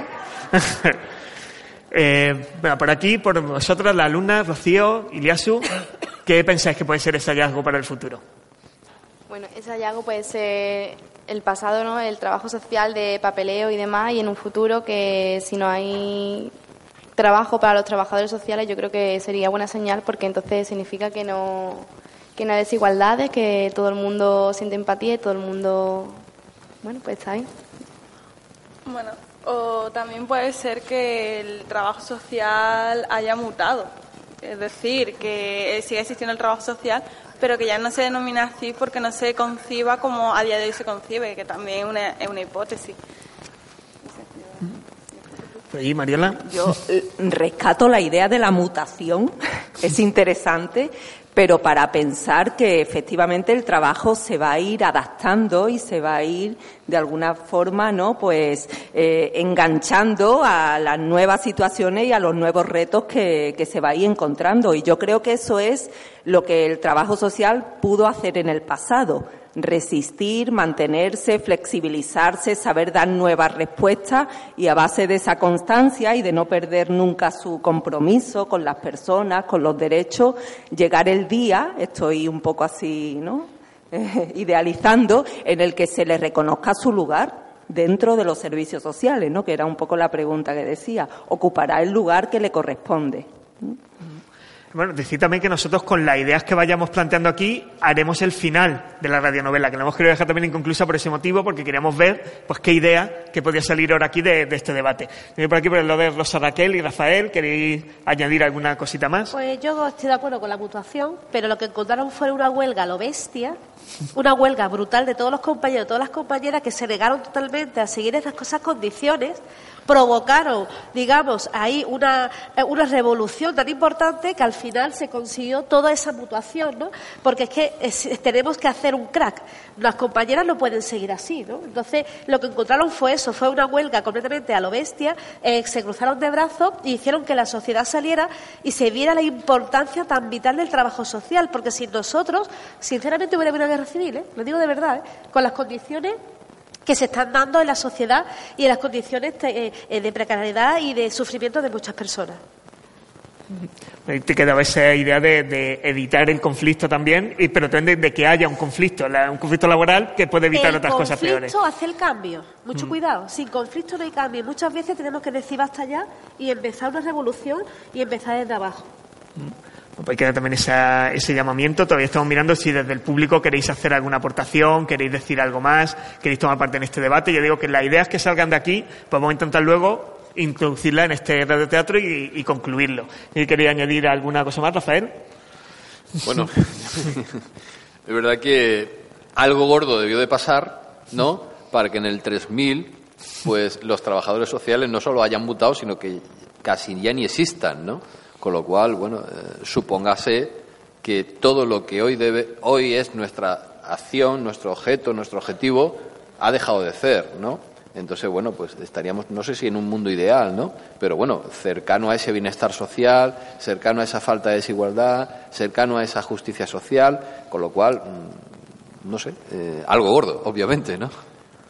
Bueno, por aquí, por vosotras, la alumna, Rocío, Iliasu, ¿qué pensáis que puede ser ese hallazgo para el futuro? Bueno, ese hallazgo puede ser el pasado, ¿no? El trabajo social de papeleo y demás, y en un futuro que si no hay trabajo para los trabajadores sociales, yo creo que sería buena señal, porque entonces significa que no hay desigualdades, que todo el mundo siente empatía y todo el mundo, bueno, pues está ahí. Bueno, o también puede ser que el trabajo social haya mutado, es decir, que sigue existiendo el trabajo social, pero que ya no se denomina así porque no se conciba como a día de hoy se concibe, que también es una hipótesis. ¿Y Mariela? Yo rescato la idea de la mutación, es interesante, pero para pensar que efectivamente el trabajo se va a ir adaptando y se va a ir de alguna forma, ¿no? Pues enganchando a las nuevas situaciones y a los nuevos retos que se va a ir encontrando. Y yo creo que eso es lo que el trabajo social pudo hacer en el pasado. Resistir, mantenerse, flexibilizarse, saber dar nuevas respuestas y a base de esa constancia y de no perder nunca su compromiso con las personas, con los derechos, llegar el día, estoy un poco así, ¿no? Idealizando, en el que se le reconozca su lugar dentro de los servicios sociales, ¿no? Que era un poco la pregunta que decía, ocupará el lugar que le corresponde. Bueno, decir también que nosotros con las ideas que vayamos planteando aquí haremos el final de la radionovela, que la hemos querido dejar también inconclusa por ese motivo, porque queríamos ver pues qué idea que podía salir ahora aquí de este debate. Por aquí por lo de Rosa Raquel y Rafael, ¿queréis añadir alguna cosita más? Pues yo estoy de acuerdo con la mutuación, pero lo que encontraron fue una huelga a lo bestia, una huelga brutal de todos los compañeros, de todas las compañeras que se negaron totalmente a seguir esas condiciones, provocaron, digamos, ahí una revolución tan importante que al final se consiguió toda esa mutuación, ¿no? Porque es que tenemos que hacer un crack. Las compañeras no pueden seguir así, ¿no? Entonces, lo que encontraron fue eso, fue una huelga completamente a lo bestia, se cruzaron de brazos y hicieron que la sociedad saliera y se viera la importancia tan vital del trabajo social, porque sin nosotros, sinceramente, hubiera habido una guerra civil, lo digo de verdad, con las condiciones que se están dando en la sociedad y en las condiciones de precariedad y de sufrimiento de muchas personas. Te quedaba esa idea de evitar el conflicto también, pero también de que haya un conflicto laboral que puede evitar otras cosas peores. El conflicto hace el cambio, mucho cuidado, sin conflicto no hay cambio. Muchas veces tenemos que decir basta ya y empezar una revolución y empezar desde abajo. Pues queda también ese llamamiento. Todavía estamos mirando si desde el público queréis hacer alguna aportación, queréis decir algo más, queréis tomar parte en este debate. Yo digo que las ideas que salgan de aquí, pues vamos a intentar luego introducirlas en este radioteatro y concluirlo. ¿Y quería añadir alguna cosa más, Rafael? Bueno, es verdad que algo gordo debió de pasar, ¿no?, para que en el 3000 pues los trabajadores sociales no solo hayan mutado, sino que casi ya ni existan, ¿no? Con lo cual, bueno, supóngase que todo lo que hoy es nuestra acción, nuestro objeto, nuestro objetivo, ha dejado de ser, ¿no? Entonces, bueno, pues estaríamos, no sé si en un mundo ideal, ¿no?, pero bueno, cercano a ese bienestar social, cercano a esa falta de desigualdad, cercano a esa justicia social, con lo cual, no sé, algo gordo, obviamente, ¿no?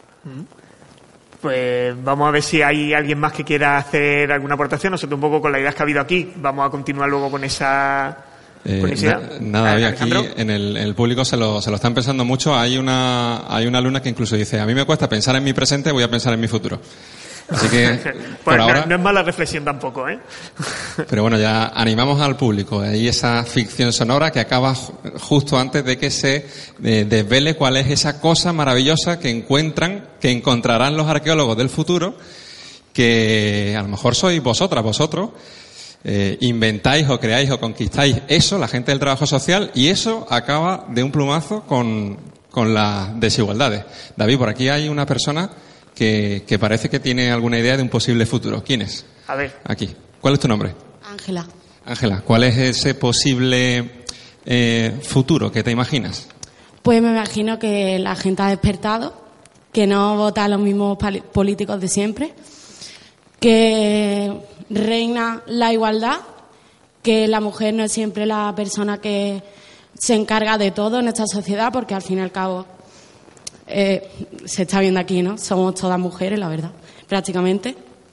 Pues vamos a ver si hay alguien más que quiera hacer alguna aportación. Nosotros un poco con las ideas que ha habido aquí vamos a continuar luego con esa idea. Nada, aquí en el público se lo están pensando mucho. Hay una alumna que incluso dice: a mí me cuesta pensar en mi presente, voy a pensar en mi futuro. Así que pues por ahora no es mala reflexión tampoco, ¿eh? Pero bueno, ya animamos al público. Hay esa ficción sonora que acaba justo antes de que se desvele cuál es esa cosa maravillosa que encontrarán los arqueólogos del futuro, que a lo mejor sois vosotros, inventáis o creáis o conquistáis eso, la gente del trabajo social, y eso acaba de un plumazo con las desigualdades. David, por aquí hay una persona que parece que tiene alguna idea de un posible futuro. ¿Quién es? A ver. Aquí. ¿Cuál es tu nombre? Ángela. Ángela, ¿cuál es ese posible futuro que te imaginas? Pues me imagino que la gente ha despertado, que no vota a los mismos políticos de siempre, que reina la igualdad, que la mujer no es siempre la persona que se encarga de todo en esta sociedad, porque al fin y al cabo se está viendo aquí, ¿no? Somos todas mujeres, la verdad, prácticamente.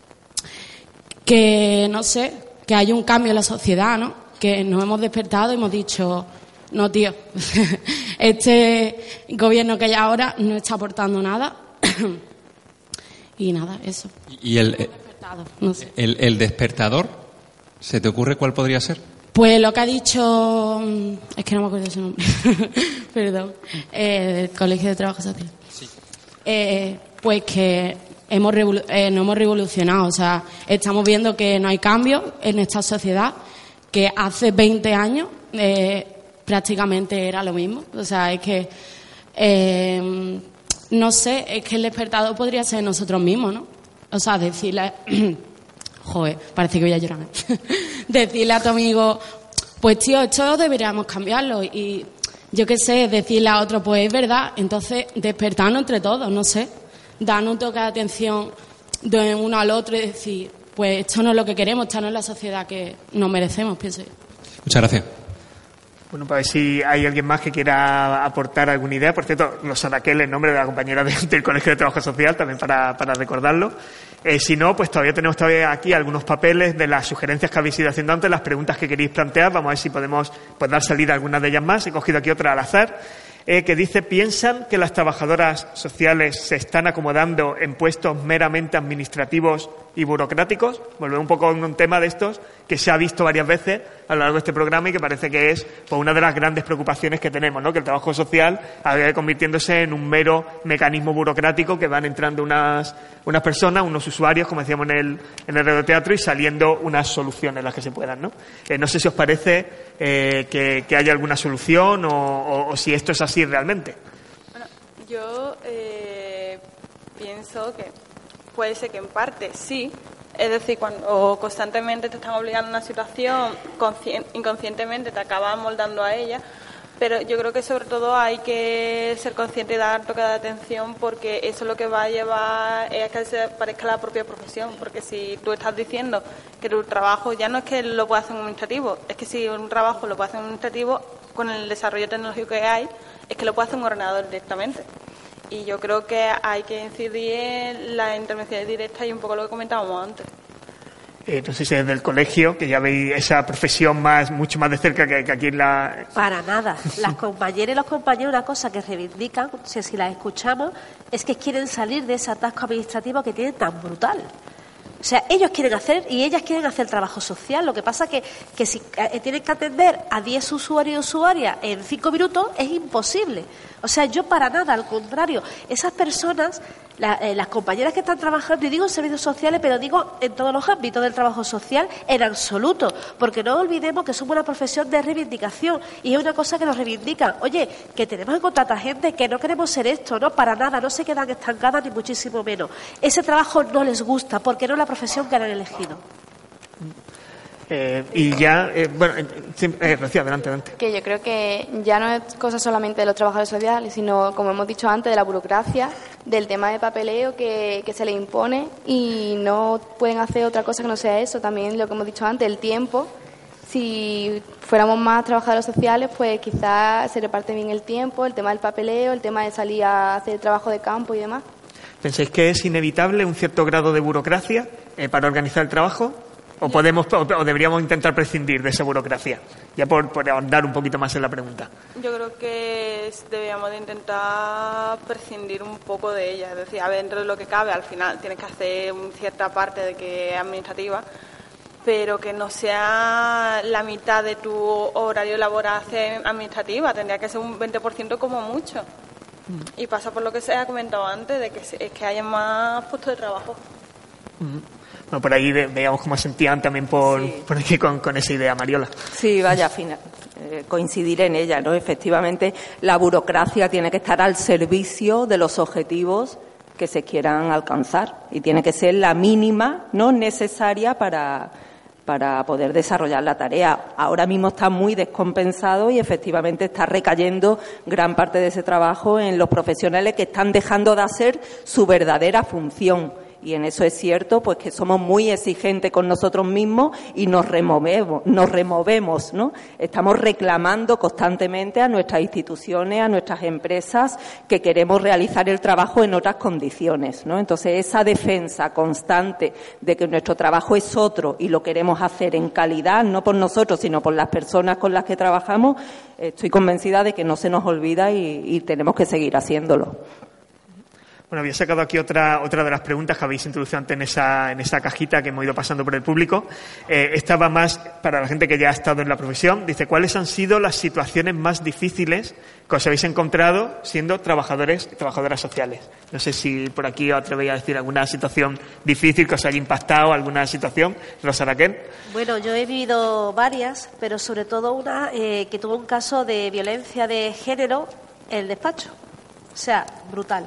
Que, no sé, que hay un cambio en la sociedad, ¿no? Que nos hemos despertado y hemos dicho: no, tío, este gobierno que hay ahora no está aportando nada. Y nada, eso. ¿Y el despertador? ¿Se te ocurre cuál podría ser? Pues lo que ha dicho, es que no me acuerdo su nombre, perdón, del Colegio de Trabajo Social. Sí. Pues que no hemos revolucionado, o sea, estamos viendo que no hay cambio en esta sociedad, que hace 20 años prácticamente era lo mismo, o sea, es que, no sé, es que el despertador podría ser nosotros mismos, ¿no? O sea, decirle... Joder, parece que voy a llorar. Decirle a tu amigo: pues tío, esto deberíamos cambiarlo. Y yo qué sé, decirle a otro: pues es verdad. Entonces, despertarnos entre todos, no sé. Darnos un toque de atención de uno al otro y decir: pues esto no es lo que queremos, esta no es la sociedad que nos merecemos, pienso yo. Muchas gracias. Bueno, para ver si hay alguien más que quiera aportar alguna idea. Por cierto, nos Raquel, en nombre de la compañera del Colegio de Trabajo Social, también para recordarlo. Si no, pues tenemos aquí algunos papeles de las sugerencias que habéis ido haciendo antes, las preguntas que queréis plantear. Vamos a ver si podemos dar salida a algunas de ellas más. He cogido aquí otra al azar, que dice: ¿piensan que las trabajadoras sociales se están acomodando en puestos meramente administrativos y burocráticos? Volvemos un poco a un tema de estos que se ha visto varias veces a lo largo de este programa y que parece que es pues una de las grandes preocupaciones que tenemos, ¿no? Que el trabajo social acabe convirtiéndose en un mero mecanismo burocrático, que van entrando unas personas, unos usuarios, como decíamos en el radioteatro, y saliendo unas soluciones las que se puedan, ¿no? No sé si os parece que haya alguna solución o si esto es así realmente. Bueno, yo pienso que puede ser que en parte sí. Es decir, cuando constantemente te están obligando a una situación, inconscientemente te acabas moldando a ella, pero yo creo que sobre todo hay que ser consciente y dar toque de atención, porque eso lo que va a llevar es a que se parezca la propia profesión, porque si tú estás diciendo que tu trabajo ya no es que lo pueda hacer un administrativo, es que si un trabajo lo puede hacer un administrativo, con el desarrollo tecnológico que hay, es que lo puede hacer un ordenador directamente. Y yo creo que hay que incidir en las intervenciones directas y un poco lo que comentábamos antes. No sé si desde el colegio, que ya veis esa profesión mucho más de cerca que aquí en la... Para nada. Las compañeras y los compañeros, una cosa que reivindican, si las escuchamos, es que quieren salir de ese atasco administrativo que tienen tan brutal. O sea, ellos quieren hacer y ellas quieren hacer trabajo social. Lo que pasa que si tienen que atender a 10 usuarios y usuarias en 5 minutos es imposible. O sea, yo para nada, al contrario. Esas personas, las compañeras que están trabajando, y digo en servicios sociales, pero digo en todos los ámbitos del trabajo social, en absoluto. Porque no olvidemos que somos una profesión de reivindicación y es una cosa que nos reivindican. Oye, que tenemos que contratar gente, que no queremos ser esto, no, para nada, no se quedan estancadas ni muchísimo menos. Ese trabajo no les gusta porque no es la profesión que han elegido. Rocío, adelante. Que yo creo que ya no es cosa solamente de los trabajadores sociales, sino, como hemos dicho antes, de la burocracia, del tema de papeleo que se les impone y no pueden hacer otra cosa que no sea eso. También lo que hemos dicho antes, el tiempo. Si fuéramos más trabajadores sociales, pues quizás se reparte bien el tiempo, el tema del papeleo, el tema de salir a hacer trabajo de campo y demás. ¿Pensáis que es inevitable un cierto grado de burocracia para organizar el trabajo? ¿O deberíamos intentar prescindir de esa burocracia? Ya por ahondar un poquito más en la pregunta. Yo creo que deberíamos de intentar prescindir un poco de ella. Es decir, a ver, dentro de lo que cabe, al final tienes que hacer cierta parte de que es administrativa, pero que no sea la mitad de tu horario laboral administrativa. Tendría que ser un 20% como mucho. Y pasa por lo que se ha comentado antes, de que haya más puestos de trabajo. Bueno, por ahí veíamos cómo sentían también por aquí con esa idea, Mariola. Sí, vaya, coincidir en ella, ¿no? Efectivamente, la burocracia tiene que estar al servicio de los objetivos que se quieran alcanzar y tiene que ser la mínima, no necesaria para poder desarrollar la tarea. Ahora mismo está muy descompensado y efectivamente está recayendo gran parte de ese trabajo en los profesionales que están dejando de hacer su verdadera función. Y en eso es cierto, pues que somos muy exigentes con nosotros mismos y nos removemos, ¿no? Estamos reclamando constantemente a nuestras instituciones, a nuestras empresas, que queremos realizar el trabajo en otras condiciones, ¿no? Entonces, esa defensa constante de que nuestro trabajo es otro y lo queremos hacer en calidad, no por nosotros, sino por las personas con las que trabajamos, estoy convencida de que no se nos olvida y tenemos que seguir haciéndolo. Bueno, había sacado aquí otra de las preguntas que habéis introducido antes en esa cajita que hemos ido pasando por el público. Esta va más para la gente que ya ha estado en la profesión. Dice, ¿cuáles han sido las situaciones más difíciles que os habéis encontrado siendo trabajadores y trabajadoras sociales? No sé si por aquí os atrevéis a decir alguna situación difícil que os haya impactado, alguna situación. Rosa Raquel. Bueno, yo he vivido varias, pero sobre todo una que tuvo un caso de violencia de género en el despacho. O sea, brutal.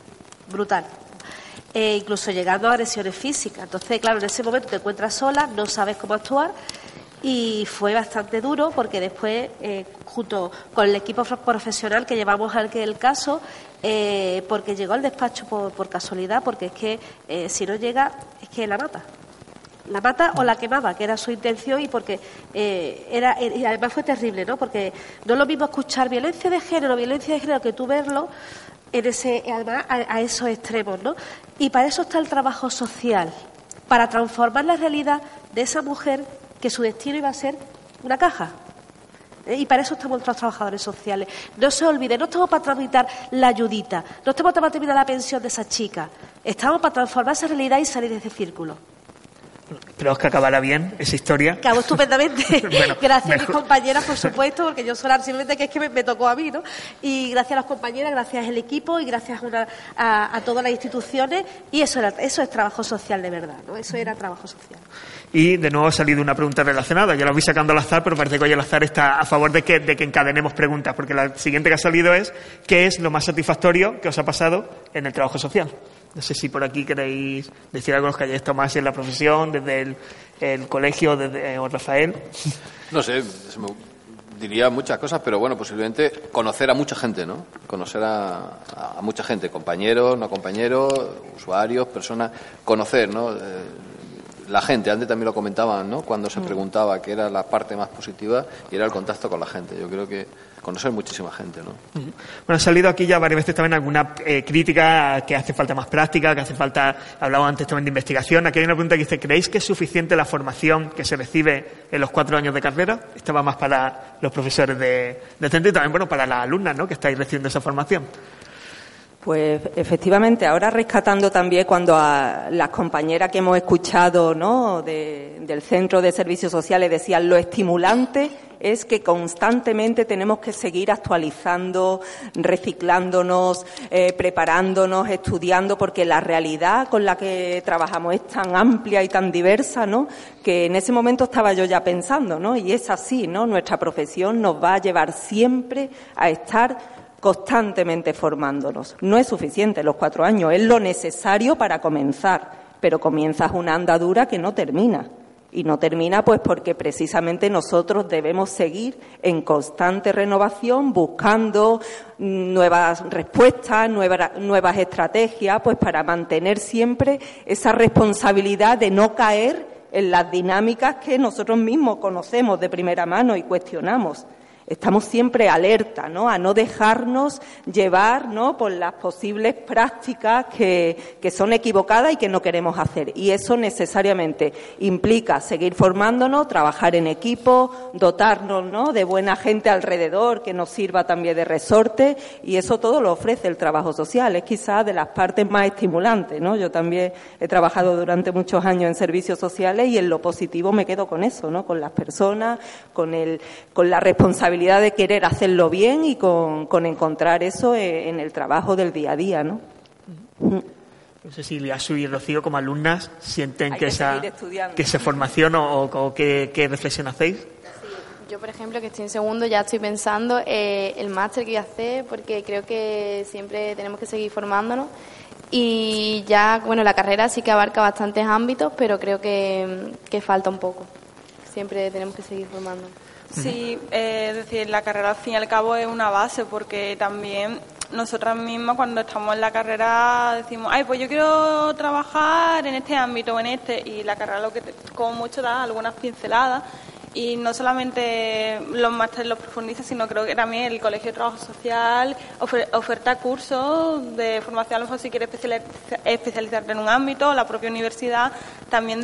Incluso llegando a agresiones físicas. Entonces, claro, en ese momento te encuentras sola, no sabes cómo actuar y fue bastante duro porque después, junto con el equipo profesional que llevamos el caso, porque llegó al despacho por casualidad, porque es que si no llega, es que la mata o la quemaba, que era su intención, y porque y además fue terrible, ¿no? Porque no es lo mismo escuchar violencia de género que tú verlo además a esos extremos, ¿no? Y para eso está el trabajo social, para transformar la realidad de esa mujer que su destino iba a ser una caja. Y para eso estamos los trabajadores sociales. No se olviden, no estamos para tramitar la ayudita, no estamos para terminar la pensión de esa chica, estamos para transformar esa realidad y salir de ese círculo. Esperamos que acabara bien esa historia. Acabó estupendamente. Bueno, gracias a mis compañeras, por supuesto, porque yo sola simplemente que es que me tocó a mí, ¿no? Y gracias a las compañeras, gracias al equipo y gracias a todas las instituciones. Y eso es trabajo social de verdad, ¿no? Eso era trabajo social. Y de nuevo ha salido una pregunta relacionada. Yo la voy sacando al azar, pero parece que hoy el azar está a favor de que encadenemos preguntas, porque la siguiente que ha salido es ¿qué es lo más satisfactorio que os ha pasado en el trabajo social? No sé si por aquí queréis decir algo los que hayáis estado más en la profesión, desde el colegio, o Rafael. No sé, diría muchas cosas, pero bueno, posiblemente conocer a mucha gente, ¿no? Conocer a mucha gente, compañeros, no compañeros, usuarios, personas, conocer, ¿no? La gente, antes también lo comentaban, ¿no? Cuando se preguntaba qué era la parte más positiva, y era el contacto con la gente. Yo creo que conocer muchísima gente, ¿no? Bueno, ha salido aquí ya varias veces también alguna crítica que hace falta más práctica, que hace falta, hablaba antes también de investigación. Aquí hay una pregunta que dice, ¿creéis que es suficiente la formación que se recibe en los 4 años de carrera? Esta va más para los profesores de centro y también, bueno, para las alumnas, ¿no? Que estáis recibiendo esa formación. Pues efectivamente, ahora rescatando también cuando a las compañeras que hemos escuchado, ¿no?, del Centro de Servicios Sociales decían lo estimulante es que constantemente tenemos que seguir actualizando, reciclándonos, preparándonos, estudiando, porque la realidad con la que trabajamos es tan amplia y tan diversa, ¿no?, que en ese momento estaba yo ya pensando, ¿no?, y es así, ¿no?, nuestra profesión nos va a llevar siempre a estar constantemente formándonos. No es suficiente los 4 años, es lo necesario para comenzar, pero comienzas una andadura que no termina. Y no termina pues porque precisamente nosotros debemos seguir en constante renovación, buscando nuevas respuestas, nuevas estrategias, pues para mantener siempre esa responsabilidad de no caer en las dinámicas que nosotros mismos conocemos de primera mano y cuestionamos. Estamos siempre alerta, ¿no?, a no dejarnos llevar, ¿no?, por las posibles prácticas que son equivocadas y que no queremos hacer. Y eso necesariamente implica seguir formándonos, trabajar en equipo, dotarnos, ¿no?, de buena gente alrededor que nos sirva también de resorte, y eso todo lo ofrece el trabajo social. Es quizás de las partes más estimulantes, ¿no? Yo también he trabajado durante muchos años en servicios sociales y en lo positivo me quedo con eso, ¿no?, con las personas, con la responsabilidad de querer hacerlo bien y con encontrar eso en el trabajo del día a día, ¿no? No sé si Liasu y Rocío, como alumnas, sienten que esa formación o qué reflexión hacéis. Sí, yo, por ejemplo, que estoy en segundo, ya estoy pensando el máster que voy a hacer, porque creo que siempre tenemos que seguir formándonos. Y ya, bueno, la carrera sí que abarca bastantes ámbitos, pero creo que falta un poco. Siempre tenemos que seguir formándonos. Sí, es decir, la carrera al fin y al cabo es una base, porque también nosotras mismas cuando estamos en la carrera decimos, ay, pues yo quiero trabajar en este ámbito o en este, y la carrera lo que como mucho da algunas pinceladas, y no solamente los másteres los profundiza, sino creo que también el Colegio de Trabajo Social oferta cursos de formación, a lo mejor si quieres especializarte en un ámbito, la propia universidad también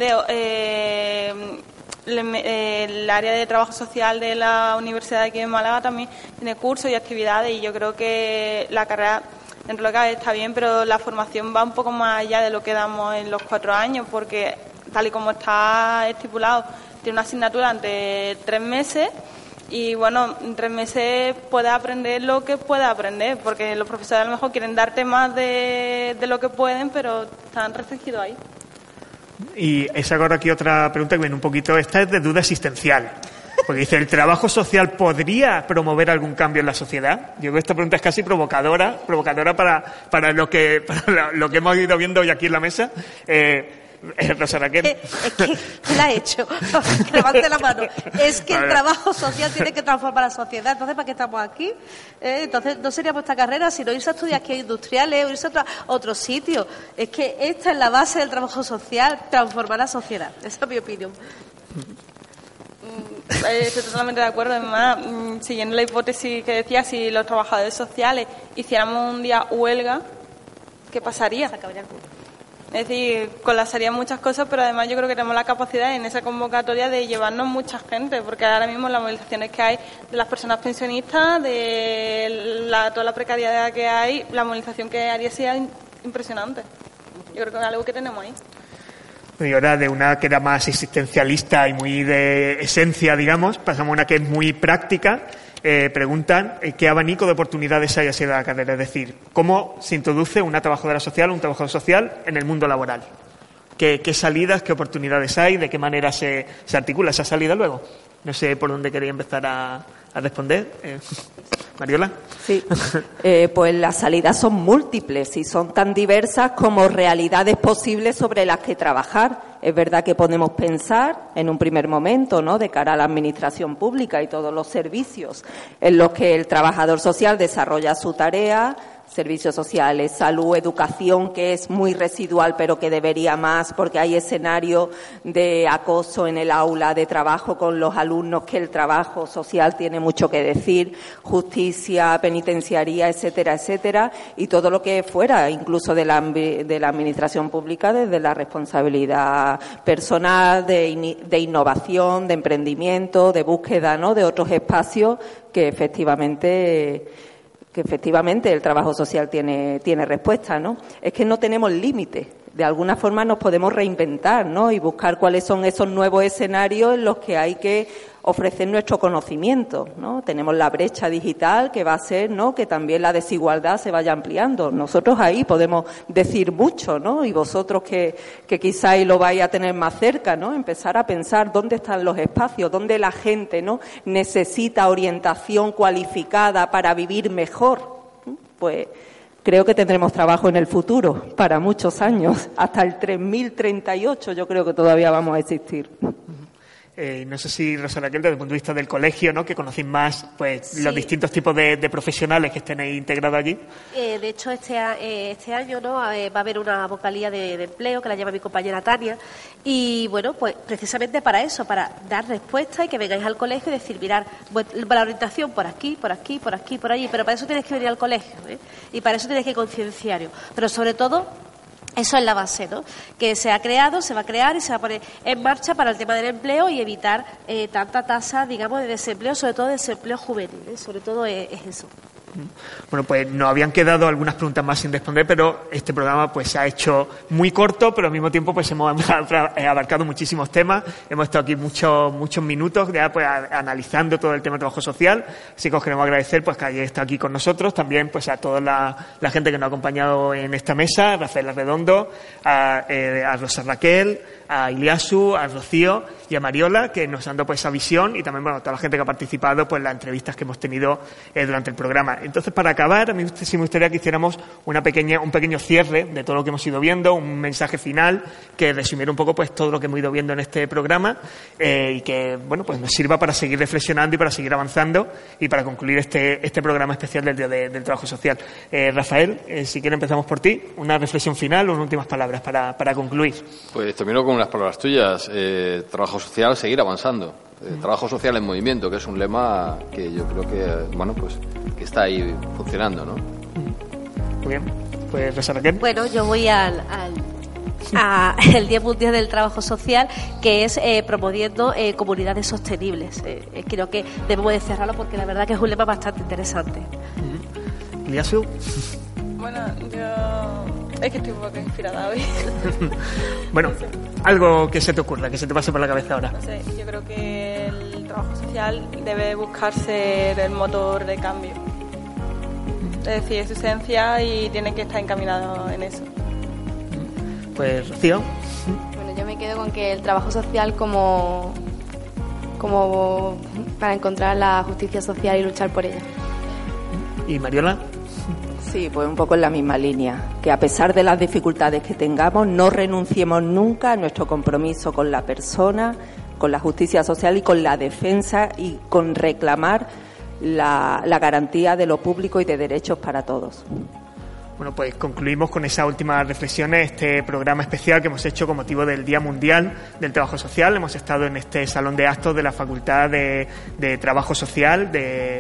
el área de trabajo social de la Universidad de aquí en Málaga también tiene cursos y actividades, y yo creo que la carrera dentro de lo que cabe está bien, pero la formación va un poco más allá de lo que damos en los 4 años, porque tal y como está estipulado, tiene una asignatura durante 3 meses y bueno, en 3 meses puedes aprender lo que puedes aprender, porque los profesores a lo mejor quieren darte más de lo que pueden, pero están restringidos ahí. Y esa ahora aquí otra pregunta que viene un poquito, esta es de duda existencial, porque dice, ¿el trabajo social podría promover algún cambio en la sociedad? Yo creo que esta pregunta es casi provocadora para lo que hemos ido viendo hoy aquí en la mesa. Rosa Raquel. Es que la ha hecho. Que levante la mano. Es que el trabajo social tiene que transformar la sociedad. Entonces, ¿para qué estamos aquí? Entonces, no sería vuestra carrera, sino irse a estudiar aquí a industriales o irse a otro sitio. Es que esta es la base del trabajo social, transformar la sociedad. Esa es mi opinión. Estoy totalmente de acuerdo. Además, siguiendo la hipótesis que decía, si los trabajadores sociales hiciéramos un día huelga, ¿qué pasaría? Es decir, colapsarían muchas cosas, pero además yo creo que tenemos la capacidad en esa convocatoria de llevarnos mucha gente, porque ahora mismo las movilizaciones que hay de las personas pensionistas, de toda la precariedad que hay, la movilización que haría sería impresionante. Yo creo que es algo que tenemos ahí. Y ahora de una que era más existencialista y muy de esencia, digamos, pasamos a una que es muy práctica. Preguntan qué abanico de oportunidades hay así de la carrera, es decir, cómo se introduce una trabajadora social, un trabajador social en el mundo laboral. ¿Qué salidas, qué oportunidades hay, de qué manera se articula esa salida luego? No sé por dónde quería empezar a responder. Mariola. Sí, pues las salidas son múltiples y son tan diversas como realidades posibles sobre las que trabajar. Es verdad que podemos pensar en un primer momento, ¿no?, de cara a la administración pública y todos los servicios en los que el trabajador social desarrolla su tarea, servicios sociales, salud, educación, que es muy residual pero que debería más porque hay escenario de acoso en el aula de trabajo con los alumnos que el trabajo social tiene mucho que decir, justicia, penitenciaría, etcétera, etcétera, y todo lo que fuera, incluso de la administración pública, desde la responsabilidad personal, de innovación, de emprendimiento, de búsqueda, ¿no?, de otros espacios que efectivamente que efectivamente el trabajo social tiene respuesta, ¿no? Es que no tenemos límite. De alguna forma nos podemos reinventar, ¿no? Y buscar cuáles son esos nuevos escenarios en los que hay que ofrecer nuestro conocimiento, ¿no? Tenemos la brecha digital que va a hacer, ¿no?, que también la desigualdad se vaya ampliando. Nosotros ahí podemos decir mucho, ¿no? Y vosotros que quizás lo vais a tener más cerca, ¿no? Empezar a pensar dónde están los espacios, dónde la gente, ¿no?, necesita orientación cualificada para vivir mejor. Pues creo que tendremos trabajo en el futuro para muchos años. Hasta el 3038 yo creo que todavía vamos a existir. No sé si, Rosa Raquel, desde el punto de vista del colegio, ¿no?, que conocéis más pues Sí. los distintos tipos de profesionales que estén ahí integrados allí. De hecho, este año, ¿no?, va a haber una vocalía de empleo que la lleva mi compañera Tania. Y bueno, pues precisamente para eso, para dar respuesta y que vengáis al colegio y decir, mirad, la orientación por aquí, por aquí, por aquí, por allí. Pero para eso tienes que venir al colegio, ¿eh? Y para eso tienes que concienciario. Pero sobre todo, eso es la base, ¿no?, que se ha creado, se va a crear y se va a poner en marcha para el tema del empleo y evitar tanta tasa, digamos, de desempleo, sobre todo de desempleo juvenil, ¿eh? Sobre todo es eso. Bueno, pues nos habían quedado algunas preguntas más sin responder, pero este programa pues se ha hecho muy corto, pero al mismo tiempo pues hemos abarcado muchísimos temas. Hemos estado aquí muchos minutos ya pues analizando todo el tema de trabajo social, así que os queremos agradecer pues que hayáis estado aquí con nosotros, también pues a toda la gente que nos ha acompañado en esta mesa, a Rafael Arredondo, a Rosa Raquel, a Iliasu, a Rocío y a Mariola, que nos han dado pues esa visión, y también bueno, toda la gente que ha participado pues en las entrevistas que hemos tenido durante el programa. Entonces, para acabar, a mí sí me gustaría que hiciéramos un pequeño cierre de todo lo que hemos ido viendo, un mensaje final que resumiera un poco pues todo lo que hemos ido viendo en este programa y que bueno pues nos sirva para seguir reflexionando y para seguir avanzando y para concluir este programa especial del Día del Trabajo Social. Rafael, si quieres empezamos por ti, una reflexión final o unas últimas palabras para concluir. Pues termino con unas palabras tuyas. Trabajo social, seguir avanzando. Trabajo social en movimiento, que es un lema que yo creo que, bueno, pues que está ahí funcionando, ¿no? Muy bien. Pues, Rosa Raquel. Bueno, yo voy al Día Mundial del Trabajo Social, que es promoviendo comunidades sostenibles. Creo que debemos de cerrarlo porque la verdad que es un lema bastante interesante. Iliasu. Bueno, yo es que estoy un poco inspirada hoy. Bueno, algo que se te ocurra, que se te pase por la cabeza ahora. No sé, yo creo que el trabajo social debe buscar ser el motor de cambio. Es decir, es su esencia y tiene que estar encaminado en eso. Pues, Rocío. Bueno, yo me quedo con que el trabajo social como para encontrar la justicia social y luchar por ella. ¿Y Mariola? Sí, pues un poco en la misma línea, que a pesar de las dificultades que tengamos, no renunciemos nunca a nuestro compromiso con la persona, con la justicia social y con la defensa y con reclamar la garantía de lo público y de derechos para todos. Bueno, pues concluimos con esas últimas reflexiones este programa especial que hemos hecho con motivo del Día Mundial del Trabajo Social. Hemos estado en este salón de actos de la Facultad de Trabajo Social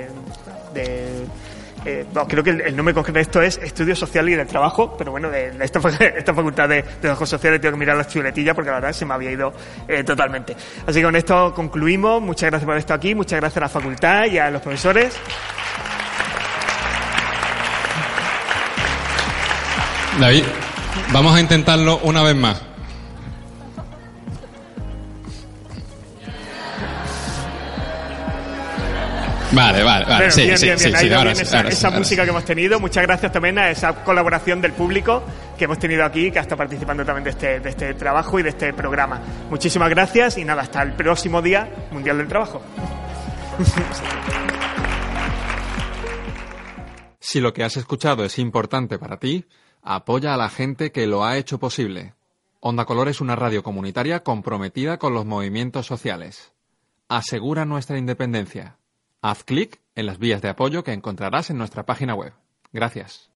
creo que el nombre concreto de esto es Estudios Sociales y del Trabajo, pero bueno, de esta Facultad de Trabajo Social tengo que mirar las chuletillas porque la verdad se me había ido totalmente. Así que con esto concluimos. Muchas gracias por estar aquí, muchas gracias a la facultad y a los profesores. David, vamos a intentarlo una vez más. Vale. Bueno, Sí, bien, sí, ha ido ahora bien sí, esa música que hemos tenido. Muchas gracias también a esa colaboración del público que hemos tenido aquí, que ha estado participando también de este trabajo y de este programa. Muchísimas gracias y nada, hasta el próximo Día Mundial del Trabajo. Si lo que has escuchado es importante para ti, apoya a la gente que lo ha hecho posible. Onda Color es una radio comunitaria comprometida con los movimientos sociales. Asegura nuestra independencia. Haz clic en las vías de apoyo que encontrarás en nuestra página web. Gracias.